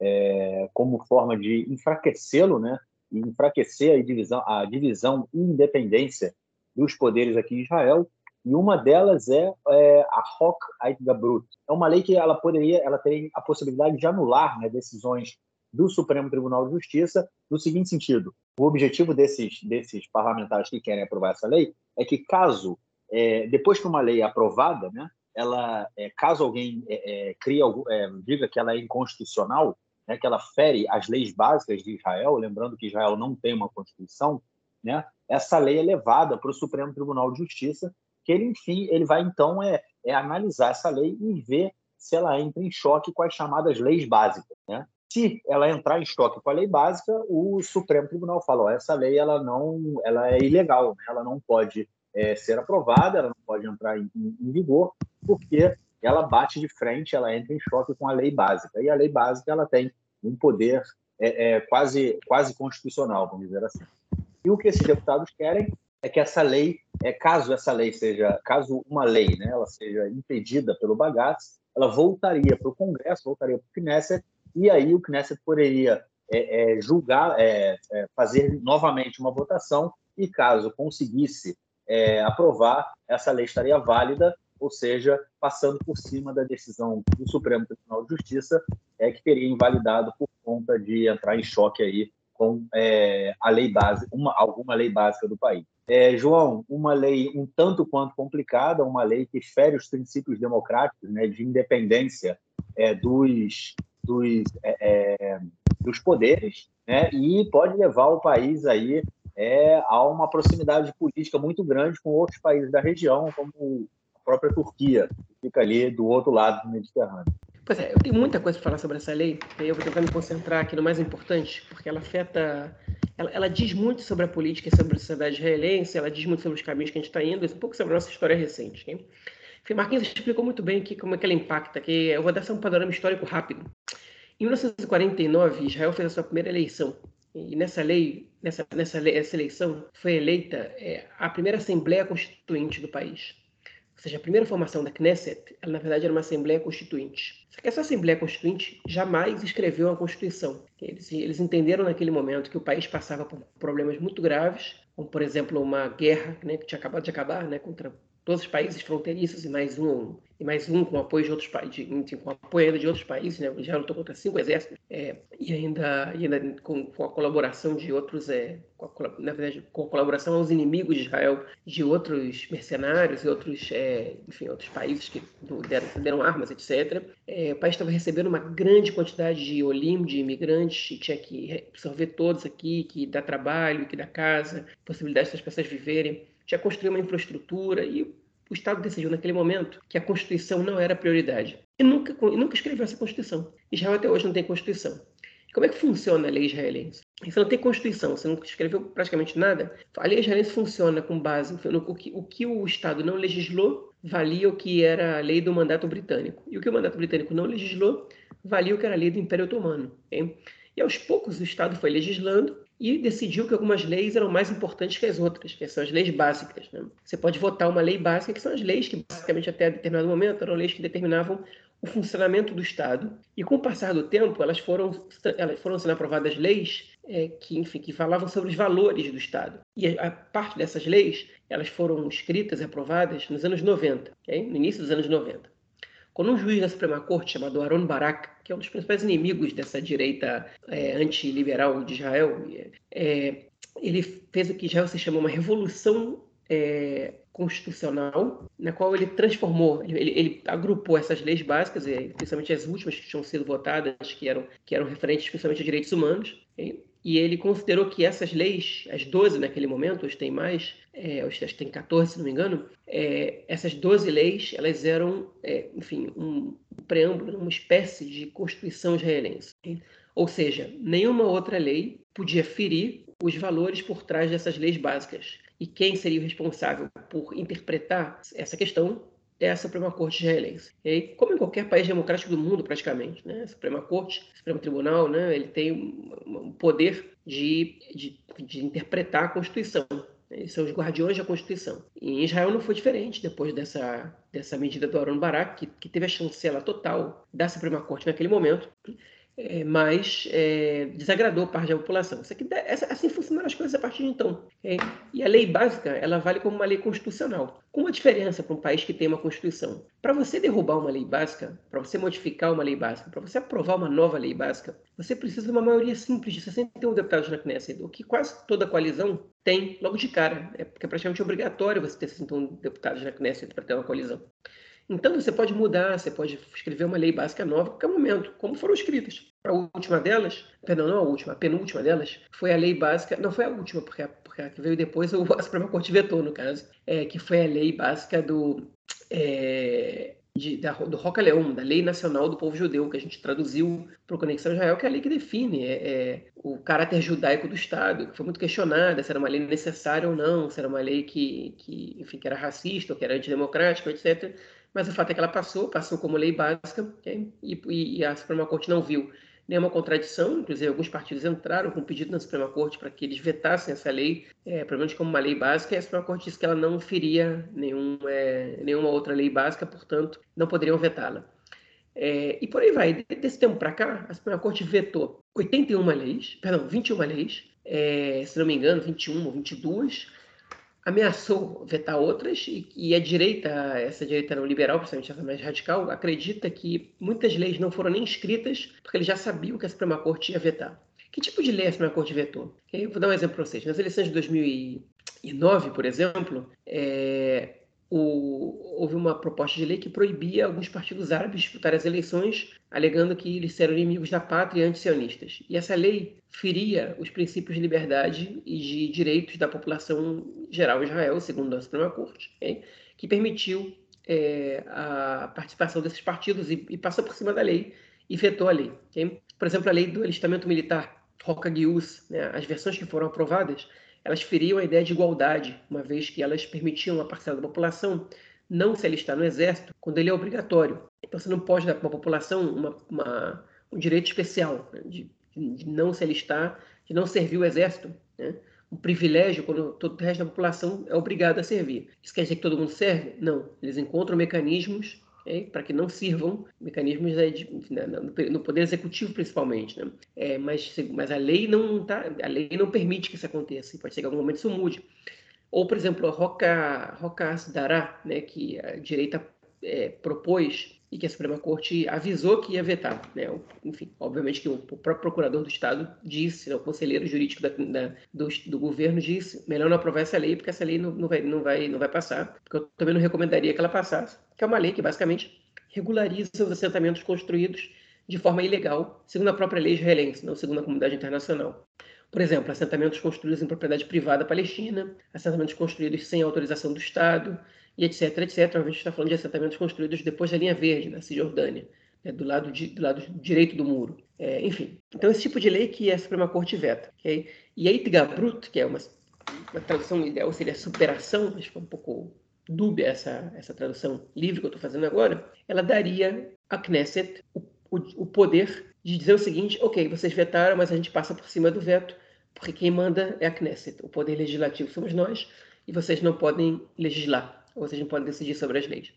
é, como forma de enfraquecê-lo, né? E enfraquecer a divisão, a divisão e independência dos poderes aqui em Israel. E uma delas é, é a Hok Gabrut. É uma lei que ela poderia, ela tem a possibilidade de anular, né, decisões do Supremo Tribunal de Justiça, no seguinte sentido: o objetivo desses, desses parlamentares que querem aprovar essa lei é que, caso, é, depois que uma lei é aprovada, né, ela, é, caso alguém é, é, crie, é, diga que ela é inconstitucional, né, que ela fere as leis básicas de Israel, lembrando que Israel não tem uma Constituição, né, essa lei é levada para o Supremo Tribunal de Justiça, que ele, enfim, ele vai, então, é, é analisar essa lei e ver se ela entra em choque com as chamadas leis básicas, né? Se ela entrar em choque com a lei básica, o Supremo Tribunal fala: ó, essa lei ela não, ela é ilegal, né? Ela não pode é, ser aprovada, ela não pode entrar em, em vigor, porque ela bate de frente, ela entra em choque com a lei básica. E a lei básica ela tem um poder é, é, quase, quase constitucional, vamos dizer assim. E o que esses deputados querem é que essa lei, é, caso essa lei seja, caso uma lei, né, ela seja impedida pelo Bagasse, ela voltaria para o Congresso, voltaria para o Knesset, e aí o Knesset poderia é, é, julgar, é, é, fazer novamente uma votação, e caso conseguisse é, aprovar, essa lei estaria válida, ou seja, passando por cima da decisão do Supremo Tribunal de Justiça, é, que teria invalidado por conta de entrar em choque aí com é, a lei básica, uma, alguma lei básica do país. É, João, uma lei um tanto quanto complicada, uma lei que fere os princípios democráticos, né, de independência é, dos, dos, é, é, dos poderes, né, e pode levar o país aí, é, a uma proximidade política muito grande com outros países da região, como a própria Turquia, que fica ali do outro lado do Mediterrâneo. Pois é, eu tenho muita coisa para falar sobre essa lei, e eu vou tentar me concentrar aqui no mais importante, porque ela afeta... Ela, ela diz muito sobre a política e sobre a sociedade israelense, ela diz muito sobre os caminhos que a gente está indo, e um pouco sobre a nossa história recente. Okay? Enfim, Marquinhos explicou muito bem aqui como é que ela impacta, que eu vou dar só um panorama histórico rápido. Em mil novecentos e quarenta e nove, Israel fez a sua primeira eleição. E nessa lei, nessa, nessa lei, essa eleição, foi eleita é, a primeira Assembleia Constituinte do país. Ou seja, a primeira formação da Knesset, ela na verdade era uma Assembleia Constituinte. Só que essa Assembleia Constituinte jamais escreveu uma Constituição. Eles, eles entenderam naquele momento que o país passava por problemas muito graves, como, por exemplo, uma guerra, né, que tinha acabado de acabar, né, contra todos os países fronteiriços e mais um, e mais um com apoio de outros países, com apoio ainda de outros países, né, já lutou contra cinco exércitos, é, e ainda, e ainda com, com a colaboração de outros, é, com a, na verdade, com a colaboração aos inimigos de Israel, de outros mercenários e outros, é, enfim, outros países que deram, deram armas, etcétera. É, o país estava recebendo uma grande quantidade de olim, de imigrantes, e tinha que absorver todos aqui, que dá trabalho, que dá casa, possibilidade dessas pessoas viverem. Tinha construído uma infraestrutura e o Estado decidiu naquele momento que a Constituição não era prioridade. E nunca, e nunca escreveu essa Constituição. Israel até hoje não tem Constituição. E como é que funciona a lei israelense? Você não tem Constituição, você não escreveu praticamente nada. A lei israelense funciona com base no o que o, que o Estado não legislou, valia o que era a lei do mandato britânico. E o que o mandato britânico não legislou, valia o que era a lei do Império Otomano. Okay? E aos poucos o Estado foi legislando e decidiu que algumas leis eram mais importantes que as outras, que são as leis básicas. Né? Você pode votar uma lei básica, que são as leis que, basicamente, até determinado momento, eram leis que determinavam o funcionamento do Estado, e com o passar do tempo elas foram, elas foram sendo aprovadas leis é, que, enfim, que falavam sobre os valores do Estado. E a, a parte dessas leis elas foram escritas e aprovadas nos anos noventa, okay? No início dos anos noventa. Quando um juiz da Suprema Corte chamado Aaron Barak, que é um dos principais inimigos dessa direita é, antiliberal de Israel, é, ele fez o que Israel se chama uma revolução é, constitucional, na qual ele transformou, ele, ele agrupou essas leis básicas, principalmente as últimas que tinham sido votadas, que eram, que eram referentes principalmente a direitos humanos, okay? E ele considerou que essas leis, as doze naquele momento, hoje tem mais, é, hoje tem quatorze, se não me engano, é, essas doze leis, elas eram, é, enfim, um preâmbulo, uma espécie de Constituição israelense. Okay? Ou seja, nenhuma outra lei podia ferir os valores por trás dessas leis básicas. E quem seria o responsável por interpretar essa questão é a Suprema Corte israelense. E aí, como em qualquer país democrático do mundo, praticamente, né? A Suprema Corte, o Supremo Tribunal, né? Ele tem um, um poder de, de, de interpretar a Constituição. Eles são os guardiões da Constituição. E em Israel não foi diferente, depois dessa, dessa medida do Aaron Barak, que, que teve a chancela total da Suprema Corte naquele momento, é, mas é, desagradou parte da população. Isso aqui, essa, assim funcionaram as coisas a partir de então. Okay? E a lei básica, ela vale como uma lei constitucional. Com uma diferença para um país que tem uma Constituição. Para você derrubar uma lei básica, para você modificar uma lei básica, para você aprovar uma nova lei básica, você precisa de uma maioria simples de sessenta e um deputados na Knesset, o que quase toda a coalizão tem logo de cara. É porque é praticamente obrigatório você ter sessenta e um deputados na Knesset para ter uma coalizão. Então você pode mudar, você pode escrever uma lei básica nova a qualquer momento, como foram escritas. A última delas, perdão, não a última, a penúltima delas, foi a lei básica, não foi a última, porque a, porque a que veio depois a Suprema Corte vetou, no caso, é, que foi a lei básica do, é, de, da, do Roca Leão, da Lei Nacional do Povo Judeu, que a gente traduziu para o Conexão Israel, que é a lei que define é, é, o caráter judaico do Estado, que foi muito questionada, se era uma lei necessária ou não, se era uma lei que, que, enfim, que era racista ou que era antidemocrática, etcétera. Mas o fato é que ela passou, passou como lei básica, okay? e, e a Suprema Corte não viu nenhuma contradição, inclusive alguns partidos entraram com um pedido na Suprema Corte para que eles vetassem essa lei, é, pelo menos como uma lei básica, e a Suprema Corte disse que ela não feria nenhum, é, nenhuma outra lei básica, portanto, não poderiam vetá-la. É, e por aí vai. Desse tempo para cá, a Suprema Corte vetou oitenta e uma leis, perdão, vinte e uma leis, é, se não me engano, vinte e uma ou vinte e duas, ameaçou vetar outras, e, e a direita, essa direita não liberal, principalmente essa mais radical, acredita que muitas leis não foram nem escritas porque eles já sabiam que a Suprema Corte ia vetar. Que tipo de lei a Suprema Corte vetou? Eu vou dar um exemplo para vocês. Nas eleições de dois mil e nove, por exemplo, é, o, houve uma proposta de lei que proibia alguns partidos árabes disputarem as eleições, alegando que eles eram inimigos da pátria e anti-sionistas. E essa lei feria os princípios de liberdade e de direitos da população geral em Israel, segundo a Suprema Corte, okay? Que permitiu é, a participação desses partidos e, e passou por cima da lei e vetou a lei. Okay? Por exemplo, a lei do alistamento militar, Roca Gius, né? As versões que foram aprovadas, elas feriam a ideia de igualdade, uma vez que elas permitiam a parcela da população não se alistar no exército quando ele é obrigatório. Então você não pode dar para a população uma, uma, um direito especial, né? de, de não se alistar, de não servir o exército, né? Um privilégio quando todo o resto da população é obrigado a servir. Isso quer dizer que todo mundo serve? Não. Eles encontram mecanismos é, para que não sirvam, mecanismos é, de, né, no poder executivo principalmente, né? É, mas, mas a lei não tá, a lei não permite que isso aconteça. Pode ser que em algum momento isso mude. Ou, por exemplo, a Roca, Roca Asdará, né, que a direita é, propôs e que a Suprema Corte avisou que ia vetar, né? Enfim, obviamente que o próprio procurador do Estado disse, né, o conselheiro jurídico da, da, do, do governo disse, melhor não aprovar essa lei, porque essa lei não, não, vai, não, vai, não vai passar, porque eu também não recomendaria que ela passasse, que é uma lei que basicamente regulariza os assentamentos construídos de forma ilegal, segundo a própria lei israelense, não segundo a comunidade internacional. Por exemplo, assentamentos construídos em propriedade privada palestina, assentamentos construídos sem autorização do Estado, e etc, etcétera. A gente está falando de assentamentos construídos depois da linha verde, na Cisjordânia, né, do, lado de, do lado direito do muro. É, enfim, então esse tipo de lei que a Suprema Corte veta. Okay? E a Itgabrut, que é uma, uma tradução ideal, seria superação, acho que é um pouco dúbia essa, essa tradução livre que eu estou fazendo agora, ela daria à Knesset o, o, o poder de dizer o seguinte, ok, vocês vetaram, mas a gente passa por cima do veto, porque quem manda é a Knesset, o poder legislativo somos nós, e vocês não podem legislar. ou vocês não podem decidir sobre as leis.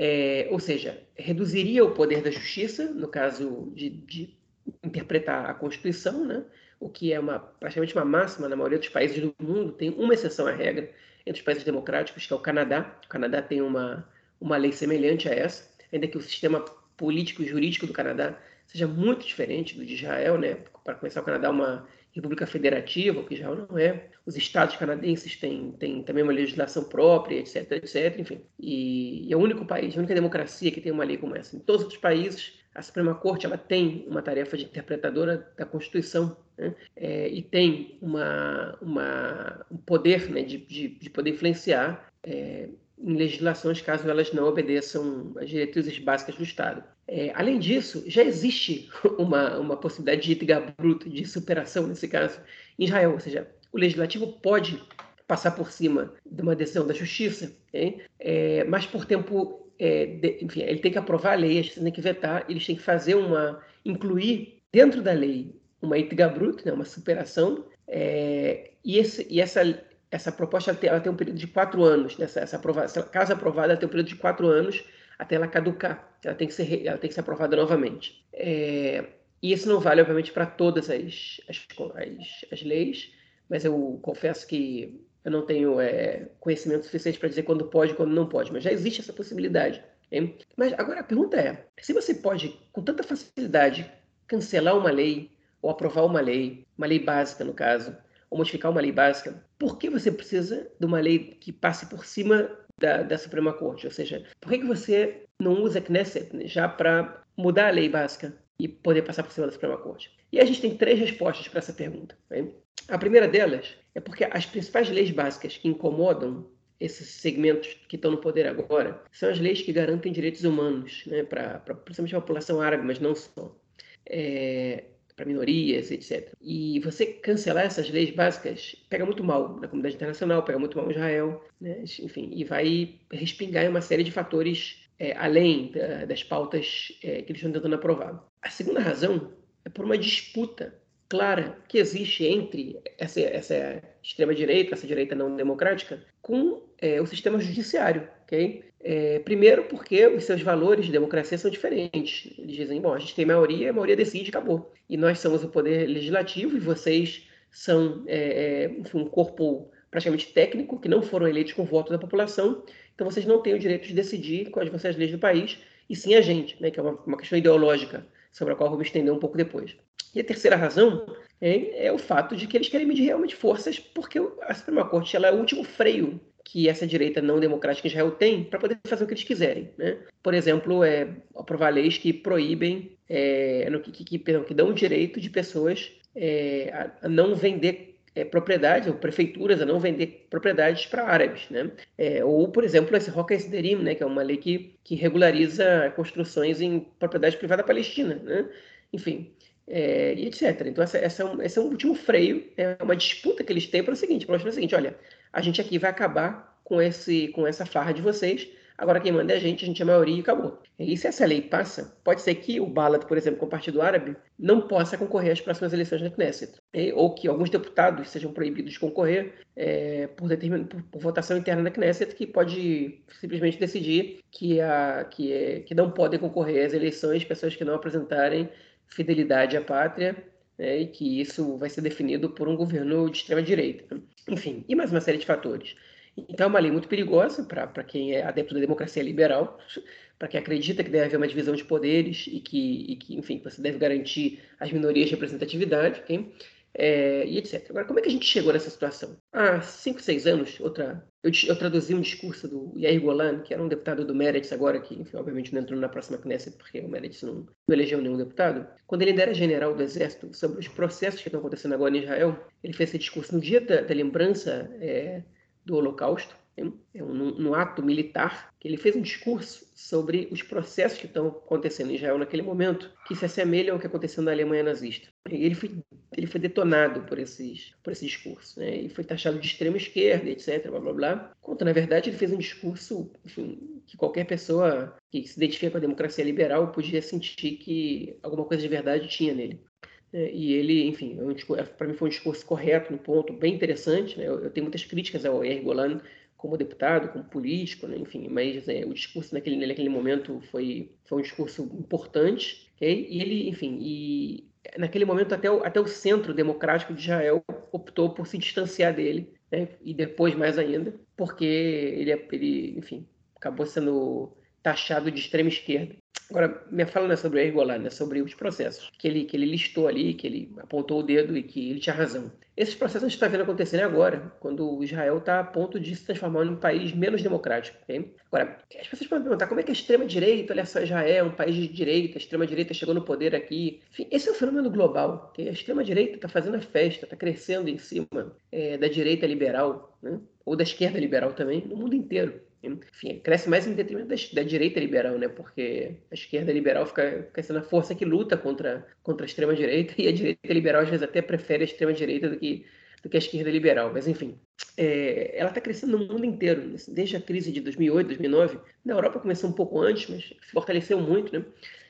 É, ou seja, reduziria o poder da justiça, no caso de, de interpretar a Constituição, né? O que é uma, praticamente uma máxima na maioria dos países do mundo. Tem uma exceção à regra entre os países democráticos, que é o Canadá. O Canadá tem uma, uma lei semelhante a essa, ainda que o sistema político e jurídico do Canadá seja muito diferente do de Israel, né? Para começar, o Canadá é uma república federativa, o que Israel não é. Os estados canadenses têm, têm também uma legislação própria, etc, etc, enfim. E, e é o único país, a única democracia que tem uma lei como essa. Em todos os outros países, a Suprema Corte ela tem uma tarefa de interpretadora da Constituição, né? É, e tem uma, uma, um poder, né, de, de, de poder influenciar é, em legislações caso elas não obedeçam às diretrizes básicas do Estado. É, além disso, já existe uma, uma possibilidade de itiga bruto, de superação nesse caso, em Israel, ou seja, o legislativo pode passar por cima de uma decisão da justiça, okay? é, mas por tempo É, de, enfim, ele tem que aprovar a lei, eles têm que vetar, eles têm que fazer uma, incluir dentro da lei uma itiga bruto, né, uma superação, é, e, esse, e essa, essa proposta ela tem, ela tem um período de quatro anos, né, essa, essa aprovação, caso aprovada, ela tem um período de quatro anos até ela caducar, ela tem que ser, ela tem que ser aprovada novamente. É, e isso não vale, obviamente, para todas as, as, as, as leis, mas eu confesso que eu não tenho é, conhecimento suficiente para dizer quando pode e quando não pode, mas já existe essa possibilidade. Hein? Mas agora a pergunta é, se você pode, com tanta facilidade, cancelar uma lei, ou aprovar uma lei, uma lei básica no caso, ou modificar uma lei básica, por que você precisa de uma lei que passe por cima da, da Suprema Corte? Ou seja, por que você não usa a Knesset já para mudar a lei básica e poder passar por cima da Suprema Corte? E a gente tem três respostas para essa pergunta. Hein? A primeira delas é porque as principais leis básicas que incomodam esses segmentos que estão no poder agora são as leis que garantem direitos humanos, né, para principalmente a população árabe, mas não só, é, para minorias, etcétera. E você cancelar essas leis básicas pega muito mal na comunidade internacional, pega muito mal em Israel, né, enfim, e vai respingar em uma série de fatores é, além da, das pautas é, que eles estão tentando aprovar. A segunda razão é por uma disputa clara que existe entre essa, essa extrema-direita, essa direita não democrática, com é, o sistema judiciário. Okay? É, primeiro porque os seus valores de democracia são diferentes. Eles dizem, bom, a gente tem maioria, a maioria decide e acabou. E nós somos o poder legislativo e vocês são é, é, enfim, um corpo praticamente técnico, que não foram eleitos com o voto da população, então vocês não têm o direito de decidir quais vão ser as leis do país, e sim a gente, né, que é uma, uma questão ideológica, sobre a qual eu vou me estender um pouco depois. E a terceira razão é, é o fato de que eles querem medir realmente forças, porque a Suprema Corte ela é o último freio que essa direita não democrática em Israel tem para poder fazer o que eles quiserem. Né? Por exemplo, é, aprovar leis que proíbem, é, no, que, que, perdão, que dão o direito de pessoas é, a, a não vender é, propriedades, ou prefeituras a não vender propriedades para árabes. Né? É, ou, por exemplo, esse Hok HaSderim, né, que é uma lei que, que regulariza construções em propriedade privada palestina. Né? Enfim, é, e etcétera. Então, essa, essa é um, esse é um último freio, é uma disputa que eles têm para o seguinte, para mostrar o seguinte, olha, a gente aqui vai acabar com, esse, com essa farra de vocês, agora quem manda é a gente, a gente é a maioria e acabou. E se essa lei passa, pode ser que o Balad, por exemplo, com o Partido Árabe, não possa concorrer às próximas eleições da Knesset. E, ou que alguns deputados sejam proibidos de concorrer é, por, determin... por, por votação interna da Knesset, que pode simplesmente decidir que, a, que, é, que não podem concorrer às eleições pessoas que não apresentarem fidelidade à pátria, né, e que isso vai ser definido por um governo de extrema-direita. Enfim, e mais uma série de fatores. Então, é uma lei muito perigosa para quem é adepto da democracia liberal, para quem acredita que deve haver uma divisão de poderes e que, e que enfim, você deve garantir às minorias representatividade, okay? É, e etcétera. Agora, como é que a gente chegou nessa situação? Há cinco, seis anos, outra, eu, eu traduzi um discurso do Yair Golan, que era um deputado do Meretz agora, que enfim, obviamente não entrou na próxima Knesset, porque o Meretz não, não elegeu nenhum deputado. Quando ele ainda era general do Exército, sobre os processos que estão acontecendo agora em Israel, ele fez esse discurso no dia da, da lembrança é, do Holocausto, é um, no ato militar, que ele fez um discurso sobre os processos que estão acontecendo em Israel naquele momento, que se assemelham ao que aconteceu na Alemanha nazista. E ele foi, ele foi detonado por, esses, por esse discurso, né? E foi taxado de extrema esquerda, etcétera, blá, blá, blá. Quando, na verdade, ele fez um discurso, enfim, que qualquer pessoa que se identifica com a democracia liberal podia sentir que alguma coisa de verdade tinha nele. E ele, enfim, é um para mim foi um discurso correto no ponto, bem interessante. Né? Eu, eu tenho muitas críticas ao Yair Golan como deputado, como político, né? Enfim, mas é, o discurso naquele, naquele momento foi, foi um discurso importante, okay? E ele, enfim, e naquele momento até o, até o centro democrático de Israel optou por se distanciar dele, né? E depois mais ainda, porque ele, ele, enfim, acabou sendo taxado de extrema esquerda. Agora, minha fala não é sobre o Yair Golan, é sobre os processos que ele, que ele listou ali, que ele apontou o dedo e que ele tinha razão. Esses processos a gente está vendo acontecerem agora, quando o Israel está a ponto de se transformar num país menos democrático. Okay? Agora, as pessoas podem perguntar como é que a extrema-direita, olha só, Israel é um país de direita, a extrema-direita chegou no poder aqui. Enfim, esse é um fenômeno global. Okay? A extrema-direita está fazendo a festa, está crescendo em cima é, da direita liberal, né? Ou da esquerda liberal também, no mundo inteiro. Enfim, cresce mais em detrimento da, da direita liberal, né? Porque a esquerda liberal fica, fica sendo a força que luta contra, contra a extrema-direita, e a direita liberal às vezes até prefere a extrema-direita do que, do que a esquerda liberal. Mas, enfim, é, ela está crescendo no mundo inteiro, desde a crise de dois mil e oito, dois mil e nove. Na Europa começou um pouco antes, mas se fortaleceu muito, né?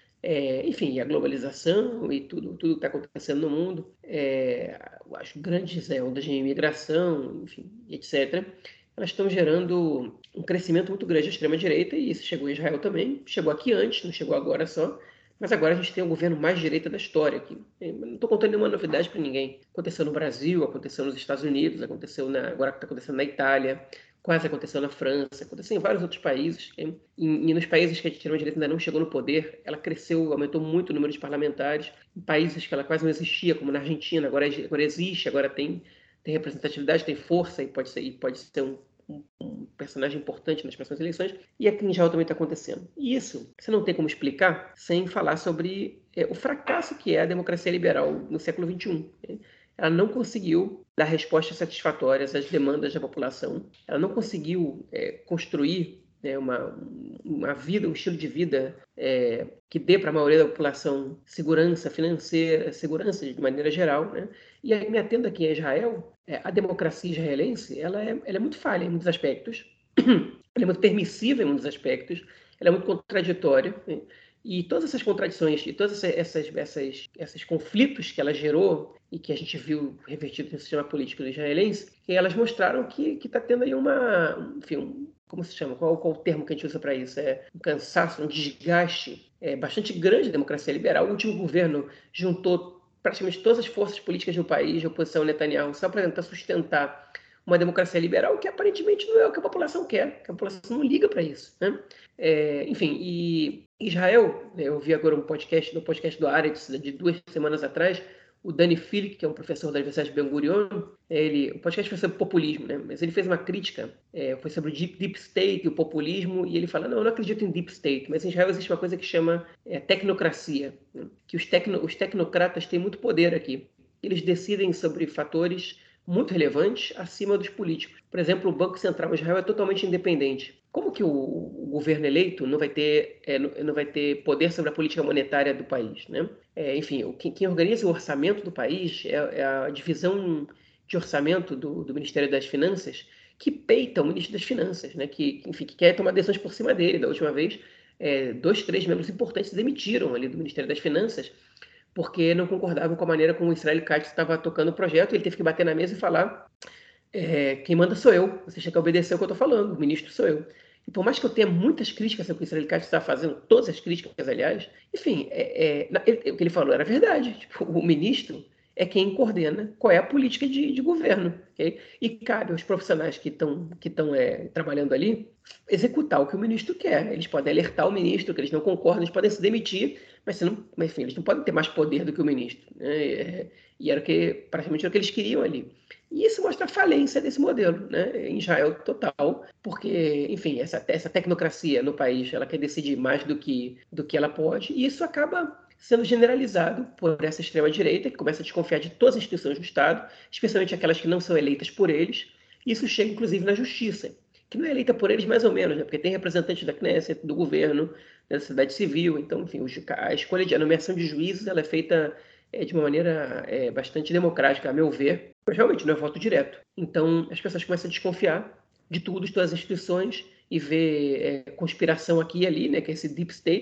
É, enfim, a globalização e tudo tudo que está acontecendo no mundo, é, as grandes é, ondas de imigração, enfim, etcétera, elas estão gerando um crescimento muito grande da extrema-direita, e isso chegou em Israel também, chegou aqui antes, não chegou agora só, mas agora a gente tem o governo mais direita da história aqui. Não estou contando nenhuma novidade para ninguém. Aconteceu no Brasil, aconteceu nos Estados Unidos, aconteceu na, agora está acontecendo na Itália, quase aconteceu na França, aconteceu em vários outros países. E, e nos países que a extrema-direita ainda não chegou no poder, ela cresceu, aumentou muito o número de parlamentares. Em países que ela quase não existia, como na Argentina, agora, agora existe, agora tem, tem representatividade, tem força e pode ser, e pode ser um, um, um personagem importante nas próximas eleições. E aqui em Israel também está acontecendo. E isso você não tem como explicar sem falar sobre é, o fracasso que é a democracia liberal no século vinte e um. Né? Ela não conseguiu dar respostas satisfatórias às demandas da população. Ela não conseguiu é, construir né, uma, uma vida, um estilo de vida é, que dê para a maioria da população segurança financeira, segurança de maneira geral. Né? E aí, me atendo aqui a Israel, é, a democracia israelense ela é, ela é muito falha em muitos aspectos, ela é muito permissiva em muitos aspectos, ela é muito contraditória, né? E todas essas contradições e todos essas, essas, esses conflitos que ela gerou e que a gente viu revertido no sistema político israelense, que elas mostraram que está tendo aí uma, enfim, um, como se chama? Qual, qual o termo que a gente usa para isso? É um cansaço, um desgaste é, bastante grande da democracia liberal. O último governo juntou praticamente todas as forças políticas do país, de oposição ao Netanyahu, só para tentar sustentar uma democracia liberal que aparentemente não é o que a população quer, que a população não liga para isso. Né? É, enfim, e Israel, eu vi agora um podcast, no podcast do Haaretz, de duas semanas atrás, o Dani Filick, que é um professor da Universidade de Ben Gurion, ele, o podcast foi sobre populismo, né? Mas ele fez uma crítica, é, foi sobre o deep, deep state e o populismo, e ele fala, não, eu não acredito em deep state, mas em Israel existe uma coisa que chama é, tecnocracia, né? Que os, tecno, os tecnocratas têm muito poder aqui. Eles decidem sobre fatores muito relevantes acima dos políticos. Por exemplo, o Banco Central de Israel é totalmente independente. Como que o, o governo eleito não vai ter, é, não vai ter poder sobre a política monetária do país, né? É, enfim, o, quem, quem organiza o orçamento do país é, é a divisão de orçamento do, do Ministério das Finanças, que peita o ministro das Finanças, né? Que, enfim, que quer tomar decisões por cima dele. Da última vez, é, dois, três membros importantes demitiram ali do Ministério das Finanças porque não concordavam com a maneira como o Israel Katz estava tocando o projeto. Ele teve que bater na mesa e falar é, quem manda sou eu, vocês têm que obedecer o que eu estou falando, o ministro sou eu. E por mais que eu tenha muitas críticas sobre o que o Israel Katz está fazendo, todas as críticas, aliás, enfim, é, é, ele, o que ele falou era verdade. Tipo, o ministro é quem coordena qual é a política de, de governo. Okay? E cabe aos profissionais que estão que é, trabalhando ali executar o que o ministro quer. Eles podem alertar o ministro que eles não concordam, eles podem se demitir, mas, não, mas enfim, eles não podem ter mais poder do que o ministro. Né? E era o que, praticamente era o que eles queriam ali. E isso mostra a falência desse modelo, né? Em Israel total, porque, enfim, essa, essa tecnocracia no país, ela quer decidir mais do que, do que ela pode, e isso acaba sendo generalizado por essa extrema-direita, que começa a desconfiar de todas as instituições do Estado, especialmente aquelas que não são eleitas por eles. Isso chega, inclusive, na justiça, que não é eleita por eles mais ou menos, né? Porque tem representantes da Knesset, do governo, da sociedade civil. Então, enfim, a escolha de a nomeação de juízes ela é feita é, de uma maneira é, bastante democrática, a meu ver, mas realmente não é voto direto. Então, as pessoas começam a desconfiar de tudo, de todas as instituições, e ver é, conspiração aqui e ali, né, que é esse deep state,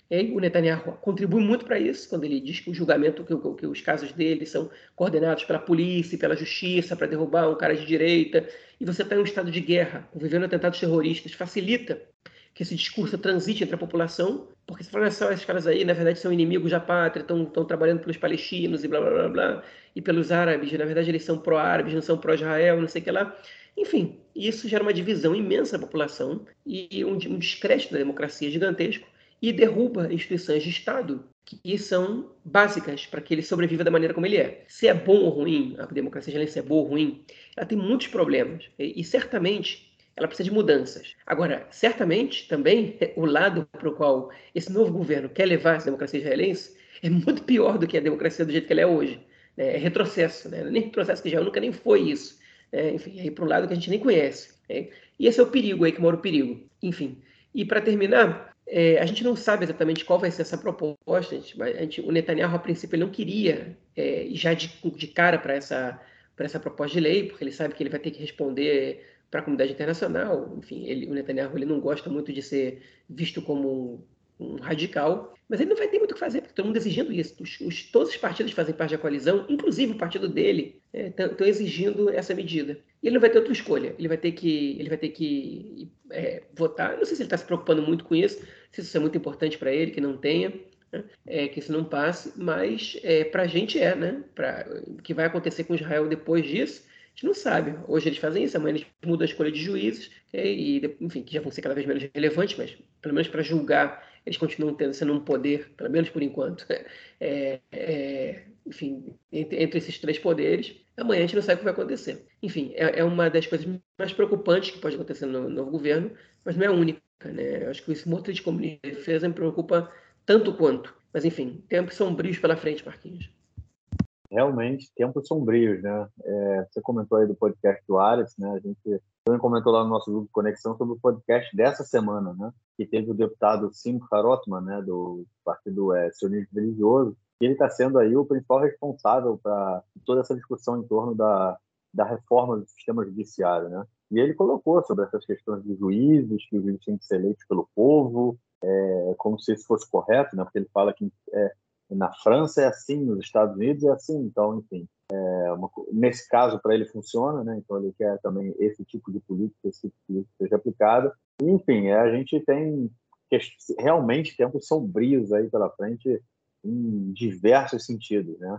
E o Netanyahu contribui muito para isso, quando ele diz que o julgamento, que, que os casos dele são coordenados pela polícia e pela justiça para derrubar um cara de direita, e você está em um estado de guerra, vivendo atentados terroristas, facilita que esse discurso transite entre a população, porque você fala, só esses caras aí, na verdade, são inimigos da pátria, estão trabalhando pelos palestinos e blá, blá, blá, blá, e pelos árabes, na verdade eles são pró-árabes, não são pró-Israel, não sei o que lá. Enfim, isso gera uma divisão imensa da população e um, um descrédito da democracia gigantesco, e derruba instituições de Estado que são básicas para que ele sobreviva da maneira como ele é. Se é bom ou ruim, a democracia israelense é boa ou ruim, ela tem muitos problemas. E, e certamente ela precisa de mudanças. Agora, certamente também o lado para o qual esse novo governo quer levar essa democracia israelense é muito pior do que a democracia do jeito que ela é hoje. É retrocesso, né? Nem retrocesso, que Israel nunca nem foi isso. É, enfim, é ir para um lado que a gente nem conhece. É. E esse é o perigo aí que mora o perigo. Enfim. E para terminar, é, a gente não sabe exatamente qual vai ser essa proposta. A gente, a gente, o Netanyahu, a princípio, ele não queria é, ir já de, de cara para essa, para essa proposta de lei, porque ele sabe que ele vai ter que responder para a comunidade internacional. Enfim, ele, o Netanyahu ele não gosta muito de ser visto como um, um radical, mas ele não vai ter muito o que fazer, porque todo mundo exigindo isso. Os, os, todos os partidos que fazem parte da coalizão, inclusive o partido dele, estão é, exigindo essa medida. E ele não vai ter outra escolha. Ele vai ter que, ele vai ter que é, votar. Eu não sei se ele está se preocupando muito com isso, se isso é muito importante para ele, que não tenha, né? é, que isso não passe, mas é, para a gente é, né? Pra, o que vai acontecer com Israel depois disso, a gente não sabe. Hoje eles fazem isso, amanhã eles mudam a escolha de juízes, e, enfim, que já vão ser cada vez menos relevantes, mas pelo menos para julgar, eles continuam tendo, sendo um poder, pelo menos por enquanto, é, é, enfim, entre, entre esses três poderes. Amanhã a gente não sabe o que vai acontecer. Enfim, é, é uma das coisas mais preocupantes que pode acontecer no novo governo, mas não é a única, né? Eu acho que esse motor de comunismo e defesa me preocupa tanto quanto. Mas, enfim, tempos sombrios pela frente, Marquinhos. Realmente, tempos sombrios, né? É, você comentou aí do podcast do Ares, né? A gente também comentou lá no nosso grupo de Conexão sobre o podcast dessa semana, né? Que teve o deputado Simcha Rothman, né? Do Partido é, Sionismo Religioso, e ele está sendo aí o principal responsável para toda essa discussão em torno da, da reforma do sistema judiciário, né? E ele colocou sobre essas questões dos juízes, que os juízes têm que ser eleitos pelo povo, é, como se isso fosse correto, né? Porque ele fala que é, na França é assim, nos Estados Unidos é assim, então, enfim, é uma, nesse caso para ele funciona, né? Então ele quer também esse tipo de política, esse tipo de política seja aplicado. E, enfim, é, a gente tem realmente tempos sombrios aí pela frente em diversos sentidos, né?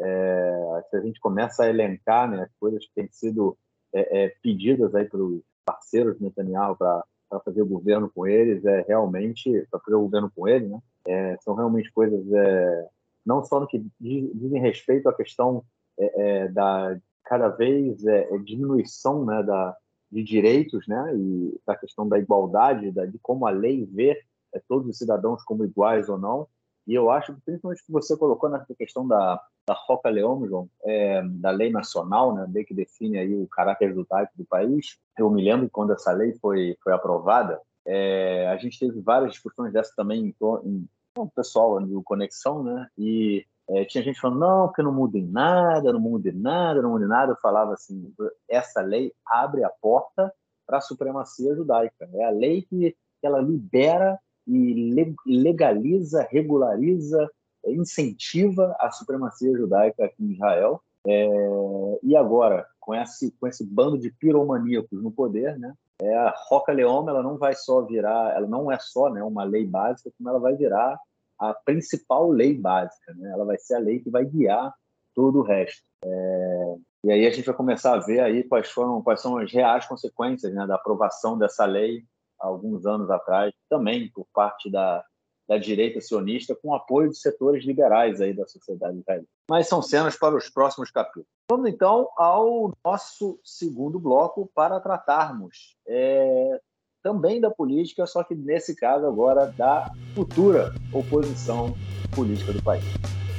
É, se a gente começa a elencar, né, as coisas que têm sido é, é, pedidas aí pelos parceiros do Netanyahu para fazer o governo com eles, é realmente para fazer o governo com ele, né? É, são realmente coisas é, não só no que dizem respeito à questão é, é, da cada vez é, diminuição, né, da, de direitos, né, e da questão da igualdade, da, de como a lei vê é, todos os cidadãos como iguais ou não. E eu acho que, principalmente que você colocou nessa questão da, da Roca Leão, João, é, da lei nacional, né, lei que define aí o caráter resultante do país. Eu me lembro que quando essa lei foi, foi aprovada, é, a gente teve várias discussões dessa também em, em, com o pessoal do Conexão, né, e é, tinha gente falando, não, que não muda em nada, não muda em nada, não muda em nada. Eu falava assim, essa lei abre a porta para a supremacia judaica. É a lei que ela libera e legaliza, regulariza, incentiva a supremacia judaica aqui em Israel. É, e agora, com esse, com esse bando de piromaníacos no poder, né, é, a Roca Leão ela não vai só virar, ela não é só, né, uma lei básica, como ela vai virar a principal lei básica, né? Ela vai ser a lei que vai guiar todo o resto. É, e aí a gente vai começar a ver aí quais foram, quais são as reais consequências, né, da aprovação dessa lei há alguns anos atrás, também por parte da, da direita sionista, com apoio de setores liberais aí da sociedade israelita. Mas são cenas para os próximos capítulos. Vamos então ao nosso segundo bloco para tratarmos é, também da política, só que nesse caso agora da futura oposição política do país.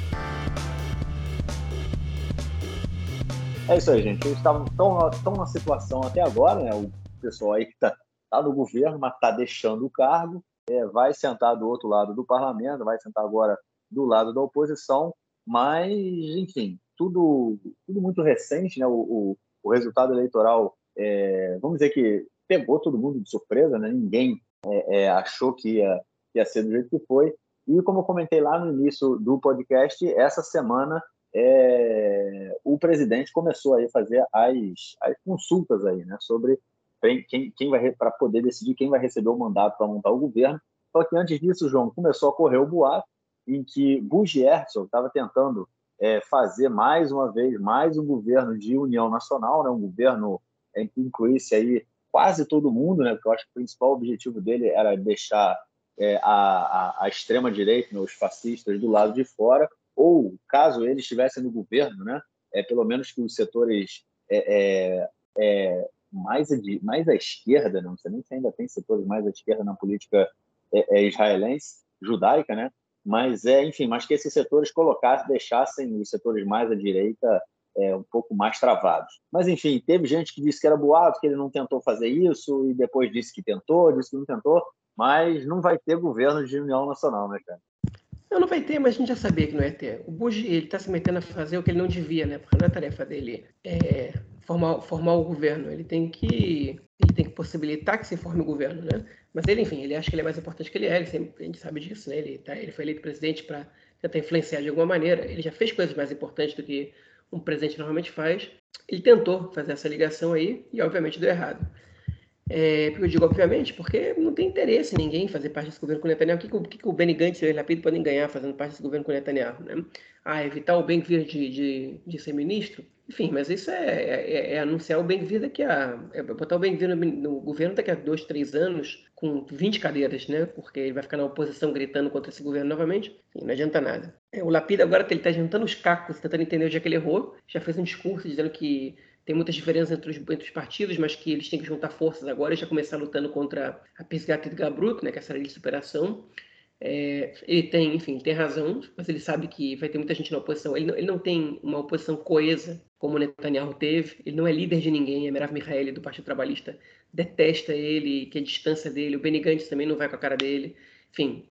É isso aí, gente. Eles estavam tão, tão na situação até agora, né? O pessoal aí que está tá no governo, mas está deixando o cargo, é, vai sentar do outro lado do parlamento, vai sentar agora do lado da oposição, mas, enfim, tudo, tudo muito recente, né? O, o, o resultado eleitoral, é, vamos dizer que pegou todo mundo de surpresa, né? Ninguém é, é, achou que ia, ia ser do jeito que foi, E como eu comentei lá no início do podcast, essa semana é, o presidente começou aí a fazer as, as consultas aí, né, sobre quem, quem vai para poder decidir quem vai receber o mandato para montar o governo. Só que antes disso, João, começou a correr o boato em que Buggy Herzog estava tentando é, fazer mais uma vez mais um governo de união nacional, né, um governo em que incluísse aí quase todo mundo, né, porque eu acho que o principal objetivo dele era deixar é, a, a, a extrema-direita, né, os fascistas, do lado de fora, ou, caso eles estivessem no governo, né, é, pelo menos que os setores é, é, é, mais, mais à esquerda, não sei nem se ainda tem setores mais à esquerda na política é, é, israelense, judaica, né, mas, é, enfim, mas que esses setores colocassem, deixassem os setores mais à direita é, um pouco mais travados. Mas, enfim, teve gente que disse que era boato, que ele não tentou fazer isso, e depois disse que tentou, disse que não tentou, mas não vai ter governo de união nacional, né, cara? Não, não vai ter, mas a gente já sabia que não ia ter. O Bush, ele está se metendo a fazer o que ele não devia, né? Porque não é tarefa dele é formar, formar o governo. Ele tem que ele tem que possibilitar que se forme o governo, né? Mas ele, enfim, ele acha que ele é mais importante que ele é. Ele sempre, a gente sabe disso, né? Ele, tá, ele foi eleito presidente para tentar influenciar de alguma maneira. Ele já fez coisas mais importantes do que um presidente normalmente faz. Ele tentou fazer essa ligação aí e, obviamente, deu errado. É, porque eu digo, obviamente, porque não tem interesse em ninguém fazer parte desse governo com o Netanyahu. O que, que, o, que, que o Benny Gantz e o Yair Lapid podem ganhar fazendo parte desse governo com o Netanyahu, né? Ah, evitar o Ben-Gvir de, de, de ser ministro? Enfim, mas isso é, é, é anunciar o Ben-Gvir daqui a... É botar o Ben-Gvir no, no governo daqui a dois, três anos, com vinte cadeiras, né? Porque ele vai ficar na oposição gritando contra esse governo novamente. Enfim, não adianta nada. É, o Lapid agora ele está juntando os cacos, tentando entender onde é que ele errou. Já fez um discurso dizendo que tem muitas diferenças entre os, entre os partidos, mas que eles têm que juntar forças agora e já começar lutando contra a Pisgat de Gabrut, né, que é essa lei de superação. É, ele tem, enfim, tem razão, mas ele sabe que vai ter muita gente na oposição. Ele não, ele não tem uma oposição coesa como o Netanyahu teve. Ele não é líder de ninguém. A Merav Mihaeli, do Partido Trabalhista, detesta ele, que a distância dele. O Benny Gantz também não vai com a cara dele. Enfim,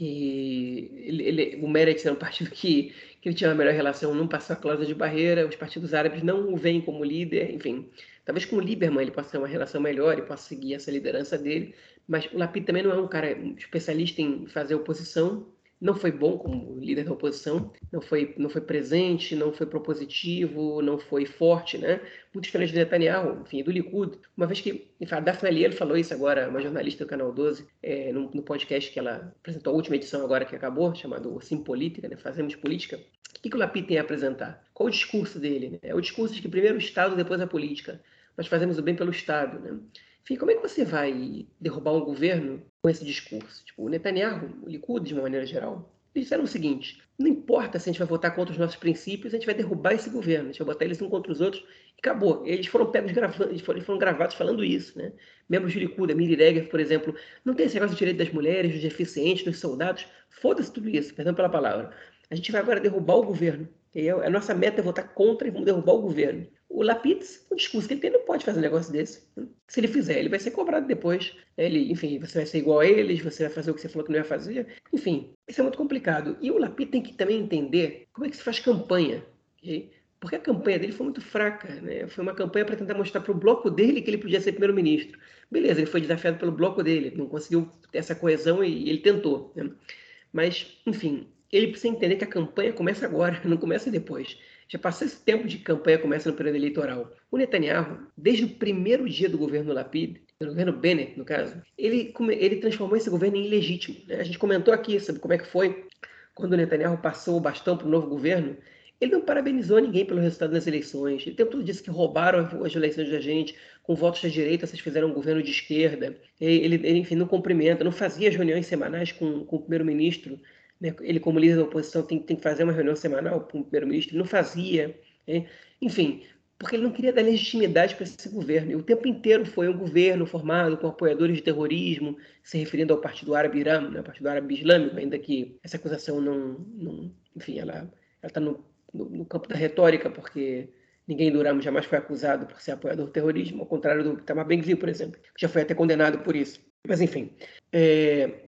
e ele, ele, o Meretz era um partido que, que ele tinha uma melhor relação, não passou a cláusula de barreira. Os partidos árabes não o veem como líder. Enfim, talvez com o Lieberman ele possa ter uma relação melhor e possa seguir essa liderança dele. Mas o Lapid também não é um cara especialista em fazer oposição. Não foi bom como líder da oposição, não foi, não foi presente, não foi propositivo, não foi forte, né? Muito diferente do Netanyahu, enfim, do Likud. Uma vez que, enfim, a Daphne Aliel falou isso agora, uma jornalista do Canal doze, é, no, no podcast que ela apresentou, a última edição agora que acabou, chamado Sim Política, né? Fazemos Política. O que, que o Lapid tem a apresentar? Qual o discurso dele? Né? É o discurso de que primeiro o Estado, depois a política. Nós fazemos o bem pelo Estado, né? Enfim, como é que você vai derrubar um governo com esse discurso? Tipo, o Netanyahu, o Likud, de uma maneira geral, eles disseram o seguinte: não importa se a gente vai votar contra os nossos princípios, a gente vai derrubar esse governo, a gente vai botar eles um contra os outros e acabou. Eles foram pegos gravando, eles foram, eles foram gravados falando isso, né? Membros do Likud, a Miri Regev, por exemplo, não tem esse negócio do direito das mulheres, dos deficientes, dos soldados, foda-se tudo isso, perdão pela palavra. A gente vai agora derrubar o governo. A nossa meta é votar contra e vamos derrubar o governo. O Lapid, o discurso que ele tem, não pode fazer um negócio desse. Se ele fizer, ele vai ser cobrado depois. Ele, enfim, você vai ser igual a eles, você vai fazer o que você falou que não ia fazer. Enfim, isso é muito complicado. E o Lapid tem que também entender como é que se faz campanha. Okay? Porque a campanha dele foi muito fraca. Né? Foi uma campanha para tentar mostrar para o bloco dele que ele podia ser primeiro-ministro. Beleza, ele foi desafiado pelo bloco dele, não conseguiu ter essa coesão e ele tentou. Né? Mas, enfim, ele precisa entender que a campanha começa agora, não começa depois. Já passou esse tempo de campanha, começa no período eleitoral. O Netanyahu, desde o primeiro dia do governo Lapid, do governo Bennett, no caso, ele, ele transformou esse governo em ilegítimo. Né? A gente comentou aqui sobre como é que foi quando o Netanyahu passou o bastão para o novo governo. Ele não parabenizou ninguém pelo resultado das eleições. Ele o tempo todo disse que roubaram as eleições da gente, com votos da direita, vocês fizeram um governo de esquerda. Ele, ele enfim, não cumprimenta, não fazia as reuniões semanais com, com o primeiro-ministro. Né? Ele, como líder da oposição, tem, tem que fazer uma reunião semanal com o primeiro-ministro. Ele não fazia. Né? Enfim, porque ele não queria dar legitimidade para esse governo. E o tempo inteiro foi um governo formado com apoiadores de terrorismo, se referindo ao Partido Árabe Irã, né? Partido Árabe Islâmico, ainda que essa acusação não... não enfim, ela está no No, no campo da retórica, porque ninguém do Irã jamais foi acusado por ser apoiador do terrorismo, ao contrário do Itamar Ben-Gvir, por exemplo, que já foi até condenado por isso. Mas, enfim, é,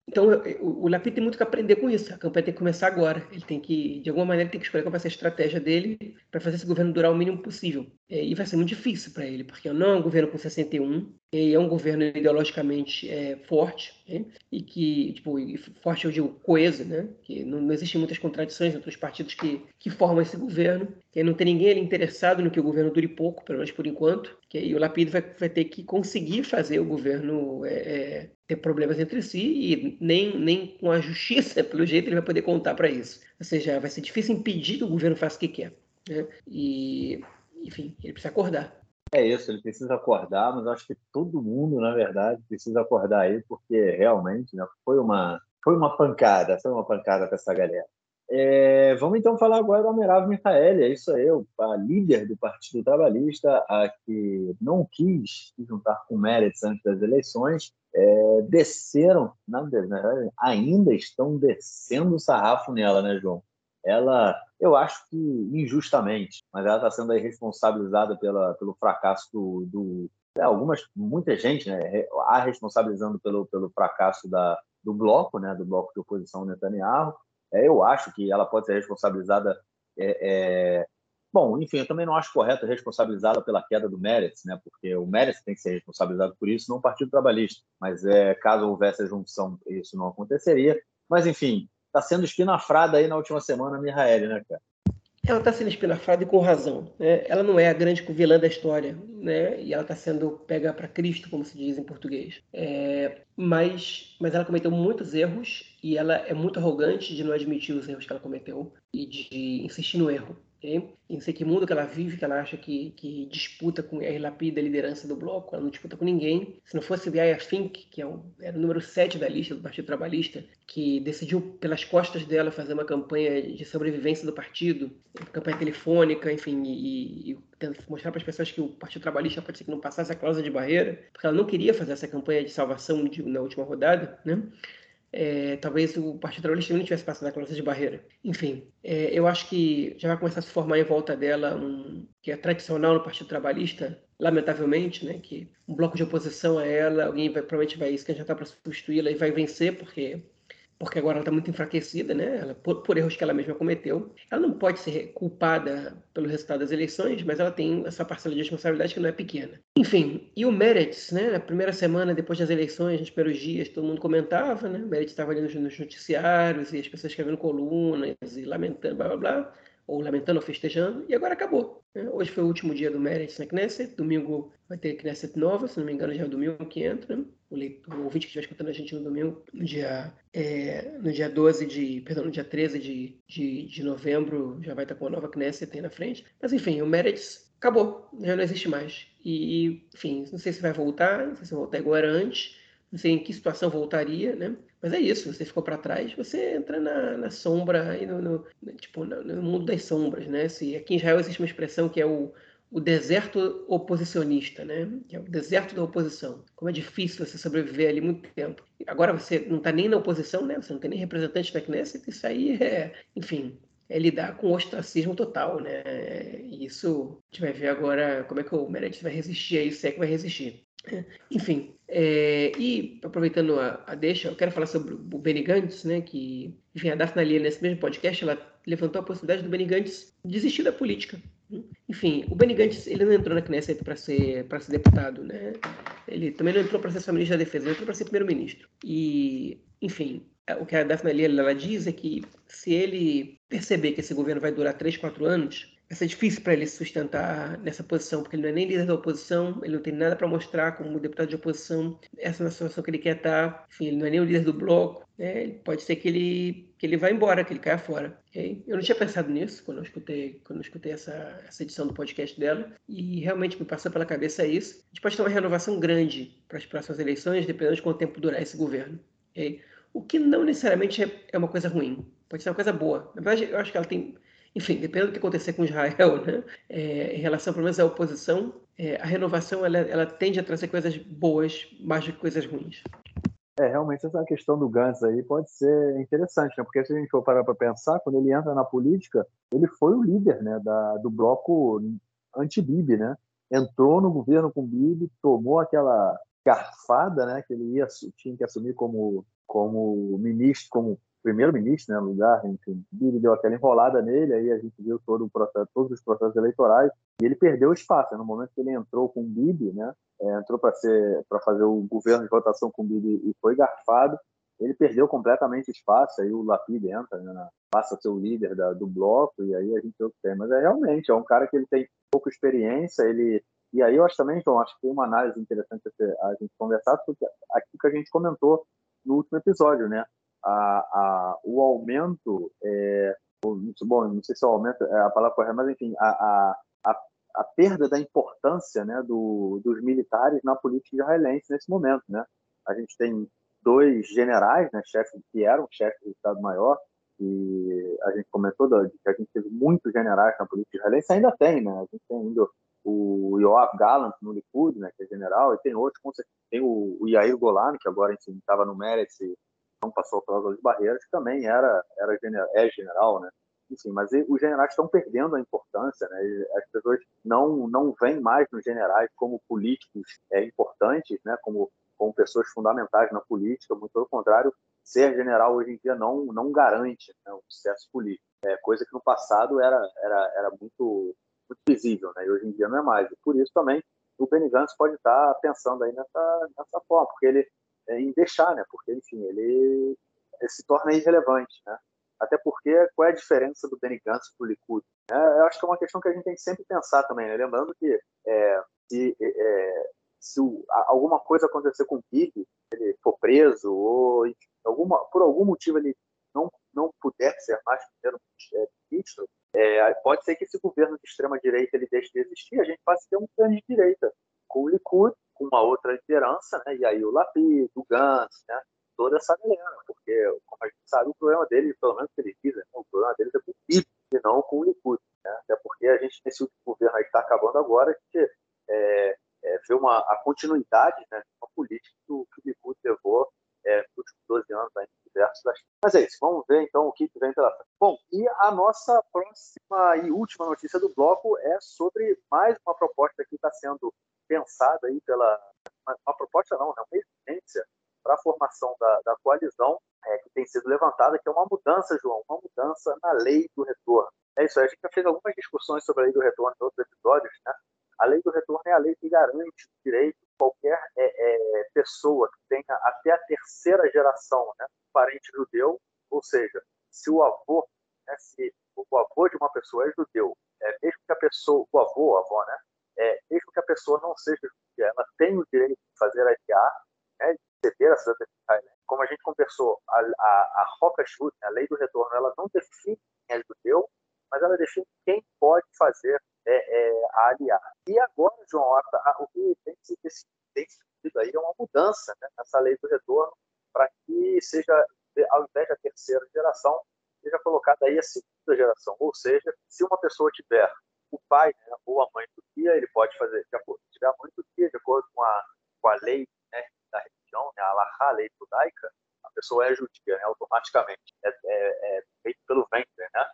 Então, o, o Lapid tem muito que aprender com isso. A campanha tem que começar agora. Ele tem que, de alguma maneira, ele tem que escolher qual vai ser a estratégia dele para fazer esse governo durar o mínimo possível. E vai ser muito difícil para ele, porque não é um governo com sessenta e um, e é um governo ideologicamente é, forte, né? E que, tipo, forte eu digo coeso, né? Que não, não existem muitas contradições entre os partidos que, que formam esse governo, que não tem ninguém ali interessado no que o governo dure pouco, pelo menos por enquanto, que aí o Lapid vai, vai ter que conseguir fazer o governo é, é, ter problemas entre si, e nem, nem com a justiça, pelo jeito, ele vai poder contar para isso. Ou seja, vai ser difícil impedir que o governo faça o que quer, né? E, enfim, ele precisa acordar. É isso, ele precisa acordar, mas eu acho que todo mundo, na verdade, precisa acordar aí, porque realmente, né, foi uma, foi uma pancada, foi uma pancada para essa galera. É, vamos então falar agora da Merav Michaeli, é isso aí, a líder do Partido Trabalhista, a que não quis se juntar com o Meretz antes das eleições, é, desceram, na verdade, ainda estão descendo o sarrafo nela, né, João? Ela, eu acho que injustamente, mas ela está sendo aí responsabilizada pela, pelo fracasso do, do é, algumas, muita gente, né, a responsabilizando pelo, pelo fracasso da, do bloco, né, do bloco de oposição Netanyahu. É, eu acho que ela pode ser responsabilizada. É, é... Bom, enfim, eu também não acho correto responsabilizá-la pela queda do Meretz, né, porque o Meretz tem que ser responsabilizado por isso, não o Partido Trabalhista. Mas é, caso houvesse a junção, isso não aconteceria. Mas, enfim, está sendo espinafrada aí na última semana a Mihaeli, né, cara? Ela está sendo espinafrada e com razão, né? Ela não é a grande vilã da história, né? E ela está sendo pega para Cristo, como se diz em português. É, mas, mas ela cometeu muitos erros e ela é muito arrogante de não admitir os erros que ela cometeu e de insistir no erro. Okay? Em sei que mundo que ela vive, que ela acha que, que disputa com a Lapid a liderança do bloco, ela não disputa com ninguém. Se não fosse o Yair Fink, que é o, era o número sete da lista do Partido Trabalhista, que decidiu pelas costas dela fazer uma campanha de sobrevivência do partido, campanha telefônica, enfim, e, e mostrar para as pessoas que o Partido Trabalhista pode ser que não passasse a cláusula de barreira, porque ela não queria fazer essa campanha de salvação de, na última rodada, né? É, talvez o Partido Trabalhista não tivesse passado a cláusula de barreira. Enfim, é, eu acho que já vai começar a se formar em volta dela um que é tradicional no Partido Trabalhista, lamentavelmente, né, que um bloco de oposição a ela, alguém vai, provavelmente vai se candidatar para substituí-la e vai vencer, porque porque agora ela está muito enfraquecida, né? Ela, por, por erros que ela mesma cometeu. Ela não pode ser culpada pelo resultado das eleições, mas ela tem essa parcela de responsabilidade que não é pequena. Enfim, e o Meretz, né? Na primeira semana depois das eleições, nos primeiros dias, todo mundo comentava, né? O Meretz estava ali nos, nos noticiários e as pessoas escrevendo colunas e lamentando, blá blá blá, ou lamentando ou festejando, e agora acabou. Né? Hoje foi o último dia do Meretz na Knesset, domingo vai ter Knesset nova, se não me engano já é o domingo que entra, né? O, leitor, o ouvinte que estiver escutando a gente no domingo, no dia, é, no dia doze de, perdão, no dia treze de, de, de novembro, já vai estar com a nova Knesset aí na frente. Mas enfim, o Meretz acabou, já não existe mais. E, enfim, não sei se vai voltar, não sei se vai voltar igual era antes, não sei em que situação voltaria, né? Mas é isso, você ficou para trás, você entra na, na sombra, aí no, no, tipo, no, no mundo das sombras, né? Se, aqui em Israel existe uma expressão que é o o deserto oposicionista, né? Que é o deserto da oposição. Como é difícil você sobreviver ali muito tempo. Agora você não está nem na oposição, né? Você não tem nem representante da Knesset, isso aí é, enfim, é lidar com o ostracismo total, né? E isso, a gente vai ver agora como é que o Meredith vai resistir a isso, se é que vai resistir. Enfim, é, e aproveitando a, a deixa, eu quero falar sobre o Benny Gantz, né? Que, enfim, a Daphne Lia, nesse mesmo podcast, ela levantou a possibilidade do Benny Gantz desistir da política. Enfim, o Benny Gantz, ele não entrou na Knesset para ser, para ser deputado, né? Ele também não entrou para ser ministro da Defesa, ele entrou para ser primeiro-ministro. E, enfim, o que a Daphne Lia, ela diz é que se ele perceber que esse governo vai durar três, quatro anos, vai ser difícil para ele se sustentar nessa posição, porque ele não é nem líder da oposição, ele não tem nada para mostrar como deputado de oposição, essa é a situação que ele quer estar, enfim, ele não é nem o líder do bloco, né? Pode ser que ele, que ele vá embora, que ele caia fora. Okay? Eu não tinha pensado nisso quando eu escutei, quando eu escutei essa, essa edição do podcast dela, e realmente me passou pela cabeça isso. A gente pode ter uma renovação grande para as próximas eleições, dependendo de quanto tempo durar esse governo. Okay? O que não necessariamente é, é uma coisa ruim, pode ser uma coisa boa. Na verdade, eu acho que ela tem... Enfim, dependendo do que acontecer com Israel, né? É, em relação, pelo menos, à oposição, é, a renovação ela, ela tende a trazer coisas boas mais do que coisas ruins. É, realmente essa questão do Gantz aí pode ser interessante, né? Porque se a gente for parar para pensar, quando ele entra na política, ele foi o líder, né, da, do bloco anti-Bibi, né? Entrou no governo com Bibi, tomou aquela garfada, né, que ele ia, tinha que assumir como como ministro, como primeiro-ministro, né, no lugar, enfim, Bibi deu aquela enrolada nele, aí a gente viu todo o processo, todos os processos eleitorais, e ele perdeu o espaço. No momento que ele entrou com o Bibi, né, é, entrou para ser para fazer o governo de votação com o Bibi e foi garfado, ele perdeu completamente espaço, aí o Lapid entra, né, passa a ser o líder da, do bloco, e aí a gente vê o que tem. Mas é realmente, é um cara que ele tem pouca experiência, ele... E aí eu acho também, João, acho que tem uma análise interessante a gente conversar sobre aquilo que a gente comentou no último episódio, né? A, a, o aumento, é, bom, não sei se é o aumento é a palavra correta, mas enfim, a, a, a, a perda da importância, né, do, dos militares na política israelense nesse momento, né? A gente tem dois generais, né, chefes que eram chefes do Estado-Maior, e a gente comentou que a gente teve muitos generais na política israelense, ainda tem, né? A gente tem ainda o Yoav Gallant no Likud, né, que é general, e tem outros, tem o, o Yair Golan, que agora estava no Meretz e não passou pelas de barreiras, que também era, era general, é general, né? Enfim, mas os generais estão perdendo a importância, né? As pessoas não não veem mais nos generais como políticos é, importantes, né? Como como pessoas fundamentais na política. Muito pelo contrário, ser general hoje em dia não não garante, né, o sucesso político. É coisa que no passado era era era muito muito visível, né? E hoje em dia não é mais. E por isso também o Benny Gantz pode estar pensando aí nessa nessa forma, porque ele é, em deixar, né? Porque enfim ele, ele se torna irrelevante, né? Até porque qual é a diferença do Benny Gantz para o Likud? É, eu acho que é uma questão que a gente tem que sempre pensar também, né? Lembrando que é, se, é, se o, alguma coisa acontecer com o Bibi, ele for preso ou enfim, alguma, por algum motivo ele não não puder ser mais primeiro-ministro, é, pode ser que esse governo de extrema-direita ele deixe de existir, a gente passe a ter um governo de direita, com o Likud, com uma outra liderança, né? E aí o Lapid, o Gantz, né? Toda essa galera, porque, como a gente sabe, o problema deles, pelo menos que eles dizem, né? O problema deles é com o Bibi, e não com o Likud, né? Até porque a gente, nesse último governo aí que está acabando agora, a gente é, é, vê uma, a continuidade, né? Uma política que o, que o Likud levou é, nos últimos doze anos aí, diversos das... Mas é isso, vamos ver então o que vem pela frente. Bom, e a nossa próxima e última notícia do bloco é sobre mais uma proposta que está sendo pensada aí pela... Uma, uma proposta não, né? Uma exigência para a formação da, da coalizão é, que tem sido levantada, que é uma mudança, João, uma mudança na lei do retorno. É isso aí, a gente já fez algumas discussões sobre a lei do retorno em outros episódios, né? A lei do retorno é a lei que garante o direito de qualquer é, é, pessoa que tenha até a terceira geração, né, parente judeu, ou seja, se o avô, né, se o avô de uma pessoa é judeu, é, mesmo que a pessoa, o avô, a avó, né, é, mesmo que a pessoa não seja judia, ela tem o direito de fazer aliar, né, de receber a cidadania israelense. Como a gente conversou, a, a, a Roca Shut, a lei do retorno, ela não define quem é judeu, mas ela define quem pode fazer é, é, a aliar. E agora, João, a, a, o que tem se decidido aí é uma mudança, né, nessa lei do retorno, para que seja, ao invés da terceira geração, seja colocada aí a segunda geração. Ou seja, se uma pessoa tiver o pai, né, ou a mãe do dia, ele pode fazer, de acordo, se tiver a mãe do dia, de acordo com a, com a lei, né, da religião, né, a Halachá, a lei judaica, a pessoa é judia, né, automaticamente. É, é, é feito pelo ventre, né?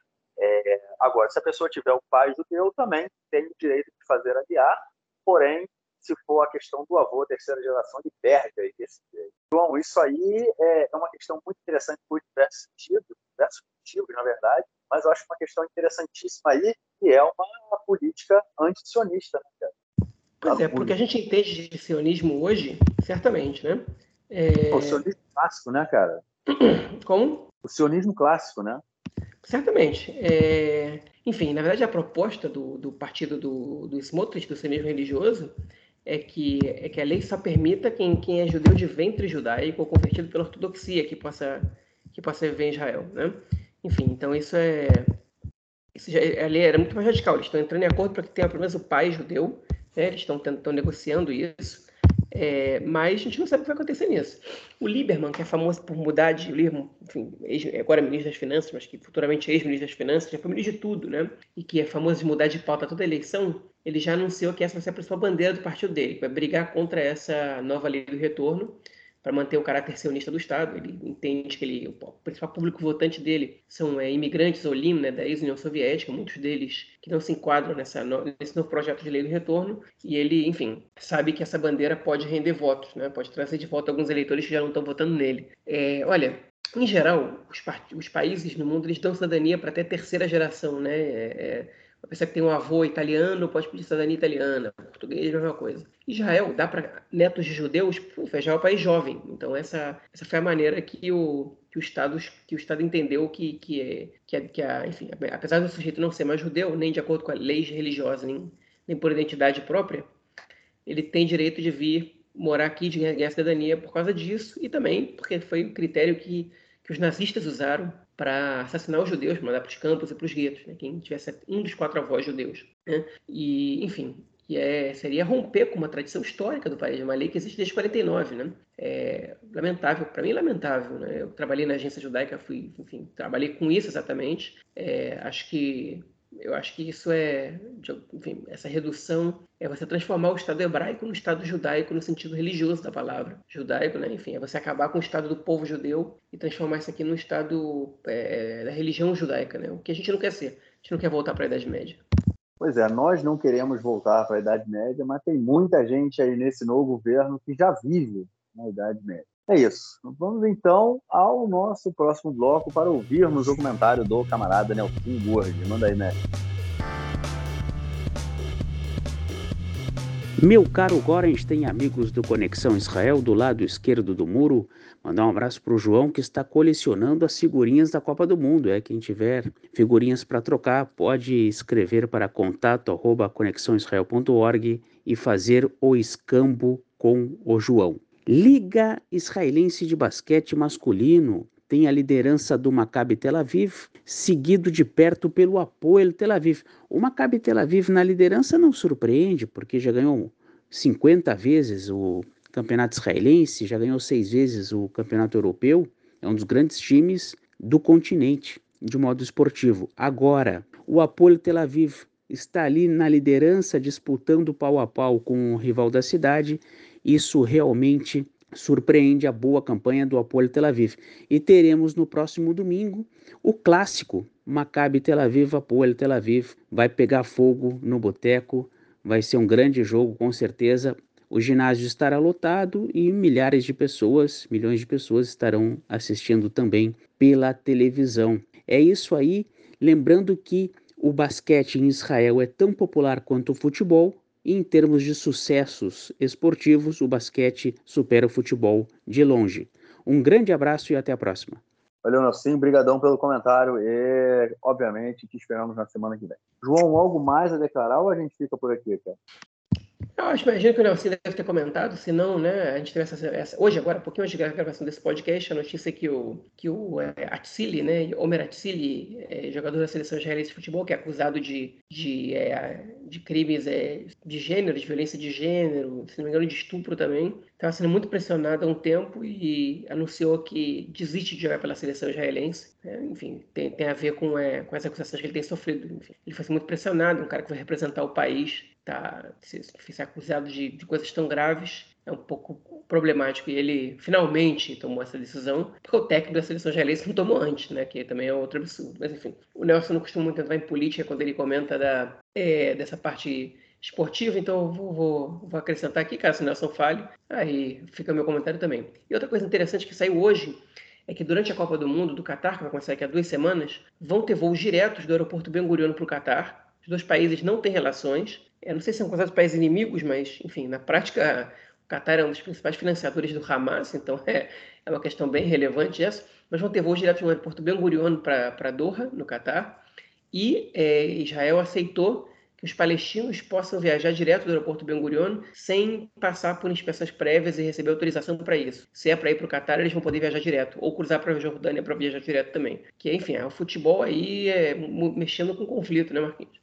É, agora, se a pessoa tiver o pai judeu, também tem o direito de fazer aliar, porém, se for a questão do avô, terceira geração, ele perde aí esse direito. Então, isso aí é uma questão muito interessante por diversos sentidos, diversos motivos, na verdade, mas eu acho uma questão interessantíssima aí, que é uma política anti-sionista, né, cara? Pois é, porque a gente entende de sionismo hoje, certamente, né? É... O sionismo clássico, né, cara? Como? O sionismo clássico, né? Certamente. É... Enfim, na verdade, a proposta do, do partido do, do Smotrich, do sionismo religioso, é que, é que a lei só permita quem, quem é judeu de ventre judaico ou convertido pela ortodoxia que possa, que possa viver em Israel, né? Enfim, então isso é... Isso já, a lei era muito mais radical. Eles estão entrando em acordo para que tenha pelo menos o pai judeu, né? Eles estão, estão negociando isso. É, mas a gente não sabe o que vai acontecer nisso. O Lieberman, que é famoso por mudar de... Enfim, agora é ministro das Finanças, mas que futuramente é ex-ministro das Finanças, já foi ministro de tudo, né? E que é famoso de mudar de pauta toda a eleição, ele já anunciou que essa vai ser a principal bandeira do partido dele, que vai brigar contra essa nova lei do retorno, para manter o caráter sionista do Estado. Ele entende que ele, o principal público votante dele são é, imigrantes Olim, né, da ex-União Soviética, muitos deles que não se enquadram nessa, nesse novo projeto de lei do retorno, e ele, enfim, sabe que essa bandeira pode render votos, né, pode trazer de volta alguns eleitores que já não estão votando nele. É, olha, em geral, os, os países no mundo eles dão cidadania para até terceira geração, né? É, é, a pessoa que tem um avô italiano pode pedir cidadania italiana, português, a mesma coisa. Israel dá para netos de judeus, puf, Israel é um país jovem. Então essa, essa foi a maneira que o, que o, Estado, que o Estado entendeu que, que, é, que, é, que a, enfim, apesar do sujeito não ser mais judeu, nem de acordo com a lei religiosa, nem, nem por identidade própria, ele tem direito de vir morar aqui, de ganhar cidadania por causa disso, e também porque foi o critério que, que os nazistas usaram para assassinar os judeus, mandar para os campos e para os guetos, né? Quem tivesse um dos quatro avós judeus. Né? E, enfim, e é, seria romper com uma tradição histórica do país, uma lei que existe desde quarenta e nove. Né? É lamentável, para mim é lamentável. Né? Eu trabalhei na agência judaica, fui, enfim, trabalhei com isso exatamente. É, acho que Eu acho que isso é, enfim, essa redução é você transformar o Estado hebraico no Estado judaico no sentido religioso da palavra. Judaico, né? Enfim, é você acabar com o Estado do povo judeu e transformar isso aqui no Estado é, da religião judaica, né? O que a gente não quer ser. A gente não quer voltar para a Idade Média. Pois é, nós não queremos voltar para a Idade Média, mas tem muita gente aí nesse novo governo que já vive na Idade Média. É isso. Vamos então ao nosso próximo bloco para ouvirmos o comentário do camarada Nelson Burdi. Manda aí, Nelson. Meu caro Gorenstein, amigos do Conexão Israel, do lado esquerdo do muro, mandar um abraço para o João, que está colecionando as figurinhas da Copa do Mundo. É, quem tiver figurinhas para trocar, pode escrever para contato arroba conexão israel ponto org e fazer o escambo com o João. Liga Israelense de Basquete Masculino tem a liderança do Maccabi Tel Aviv, seguido de perto pelo Hapoel Tel Aviv. O Maccabi Tel Aviv na liderança não surpreende, porque já ganhou cinquenta vezes o campeonato israelense, já ganhou seis vezes o campeonato europeu, é um dos grandes times do continente, de modo esportivo. Agora, o Hapoel Tel Aviv está ali na liderança, disputando pau a pau com o rival da cidade. Isso realmente surpreende a boa campanha do Hapoel Tel Aviv. E teremos no próximo domingo o clássico Maccabi Tel Aviv, Hapoel Tel Aviv. Vai pegar fogo no boteco, vai ser um grande jogo com certeza. O ginásio estará lotado e milhares de pessoas, milhões de pessoas estarão assistindo também pela televisão. É isso aí, lembrando que o basquete em Israel é tão popular quanto o futebol, e em termos de sucessos esportivos, o basquete supera o futebol de longe. Um grande abraço e até a próxima. Valeu, Nelson. Brigadão pelo comentário e, obviamente, te esperamos na semana que vem. João, algo mais a declarar ou a gente fica por aqui, cara? Eu acho, imagino que o Nelson deve ter comentado, se não, né, a gente teve essa, essa hoje agora, um pouquinho antes da gravação desse podcast, a notícia que o, que o é, Atsili, né, Omer Atsili, é, jogador da seleção israelense de futebol, que é acusado de, de, é, de crimes é, de gênero, de violência de gênero, se não me engano, de estupro também, estava sendo muito pressionado há um tempo e anunciou que desiste de jogar pela seleção israelense. É, enfim, tem, tem a ver com, é, com as acusações que ele tem sofrido. Enfim, ele foi muito pressionado, um cara que vai representar o país, tá, se, se acusado de, de coisas tão graves, é um pouco problemático. E ele finalmente tomou essa decisão, porque o técnico da seleção israelense não tomou antes, né? Que também é outro absurdo. Mas enfim, o Nelson não costuma muito entrar em política quando ele comenta da, é, dessa parte esportiva, então eu vou, vou, vou acrescentar aqui, caso o Nelson fale, aí fica meu comentário também. E outra coisa interessante que saiu hoje é que durante a Copa do Mundo do Catar, que vai começar daqui a duas semanas, vão ter voos diretos do aeroporto Ben Gurion para o Catar. Os dois países não têm relações. Eu não sei se são considerados países inimigos, mas, enfim, na prática, o Catar é um dos principais financiadores do Hamas, então é, é uma questão bem relevante essa. Mas vão ter voos diretos do aeroporto Ben Gurion para Doha, no Catar. E é, Israel aceitou que os palestinos possam viajar direto do aeroporto Ben Gurion sem passar por inspeções prévias e receber autorização para isso. Se é para ir para o Catar, eles vão poder viajar direto, ou cruzar para a Jordânia para viajar direto também. Que, enfim, é o futebol aí é, mexendo com conflito, né, Marquinhos?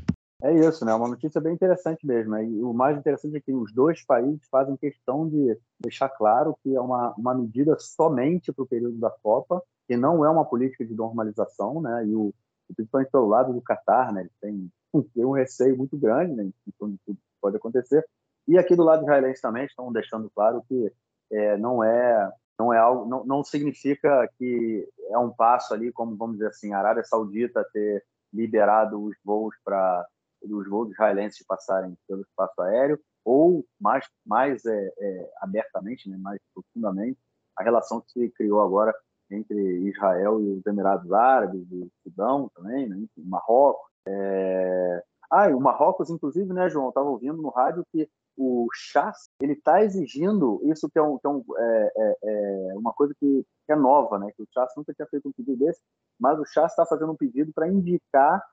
É isso, né? Uma notícia bem interessante mesmo. Né? E o mais interessante é que os dois países fazem questão de deixar claro que é uma, uma medida somente para o período da Copa, que não é uma política de normalização, né? E o, principalmente pelo lado do Catar, né? Eles têm tem um receio muito grande, né, em torno de tudo que pode acontecer. E aqui do lado israelense também estão deixando claro que é, não é não é algo, não, não significa que é um passo ali, como vamos dizer assim, a Arábia Saudita ter liberado os voos para os voos israelenses passarem pelo espaço aéreo, ou mais mais é, é, abertamente, né, mais profundamente, a relação que se criou agora entre Israel e os Emirados Árabes, e o Sudão também, né, enfim, Marrocos. É... Ah, e o Marrocos, inclusive, né, João, eu estava ouvindo no rádio que o Chas, ele está exigindo isso, que é, um, que é, um, é, é, é uma coisa que, que é nova, né, que o Chas nunca tinha feito um pedido desse, mas o Chas está fazendo um pedido para indicar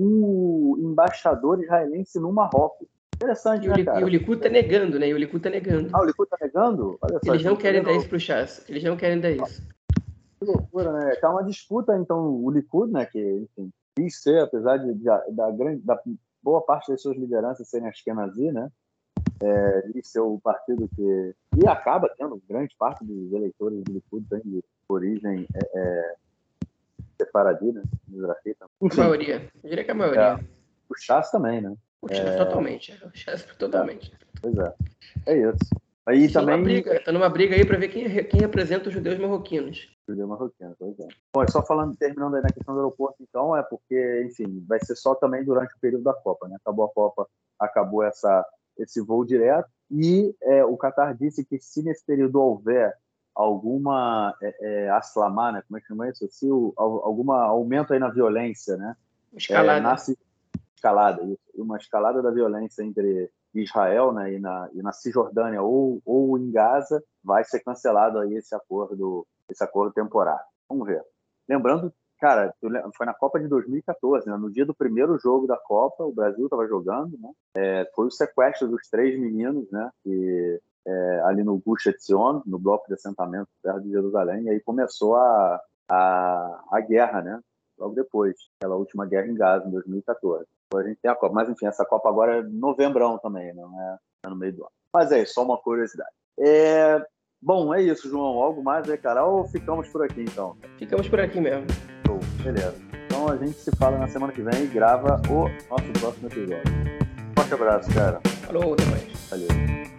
o embaixador israelense no Marrocos. Interessante, e né, o, cara? E o Likud está negando, né? E o Likud está negando. Ah, o Likud está negando? Olha só, Eles não querem dar não... isso para o Chas. Eles não querem dar isso. Que loucura, né? Tá uma disputa, então, o Likud, né, que, enfim, diz ser, apesar de, de, da, grande, da boa parte das suas lideranças serem ashkenazi, né, é, diz ser o partido que... E acaba tendo grande parte dos eleitores do Likud tem de origem é, é, sefaradi, né, mizrahita. A maioria. Eu diria que a maioria. É, o Chas também, né? O Chas, é... totalmente. O Chas, totalmente. É, pois é. É isso. Aí tá também... numa briga, tá numa briga aí para ver quem, quem representa os judeus marroquinos. Judeu marroquino, pois é. Bom, só falando, terminando aí na questão do aeroporto, então, é porque, enfim, vai ser só também durante o período da Copa, né? Acabou a Copa, acabou essa, esse voo direto, e é, o Qatar disse que se nesse período houver alguma é, é, aslamar, né? Como é que chama isso? Se o, algum aumento aí na violência, né? Escalada. É, nasce, escalada, isso, uma escalada da violência entre Israel, né, e na, e na Cisjordânia ou, ou em Gaza, vai ser cancelado aí esse acordo, esse acordo temporário. Vamos ver. Lembrando, cara, foi na Copa de dois mil e quatorze, né, no dia do primeiro jogo da Copa, o Brasil estava jogando, né, é, foi o sequestro dos três meninos, né, que, é, ali no Gush Etzion, no bloco de assentamento perto de Jerusalém, e aí começou a, a, a guerra, né, logo depois, aquela última guerra em Gaza, em dois mil e quatorze. A gente tem a Copa, mas enfim, essa Copa agora é novembrão também, não é, é no meio do ano. Mas é só uma curiosidade. É... Bom, é isso, João. Algo mais aí, cara? Ou ficamos por aqui, então? Ficamos por aqui mesmo. Show, beleza. Então a gente se fala na semana que vem e grava o nosso próximo episódio. Forte abraço, cara. Falou, até mais. Valeu.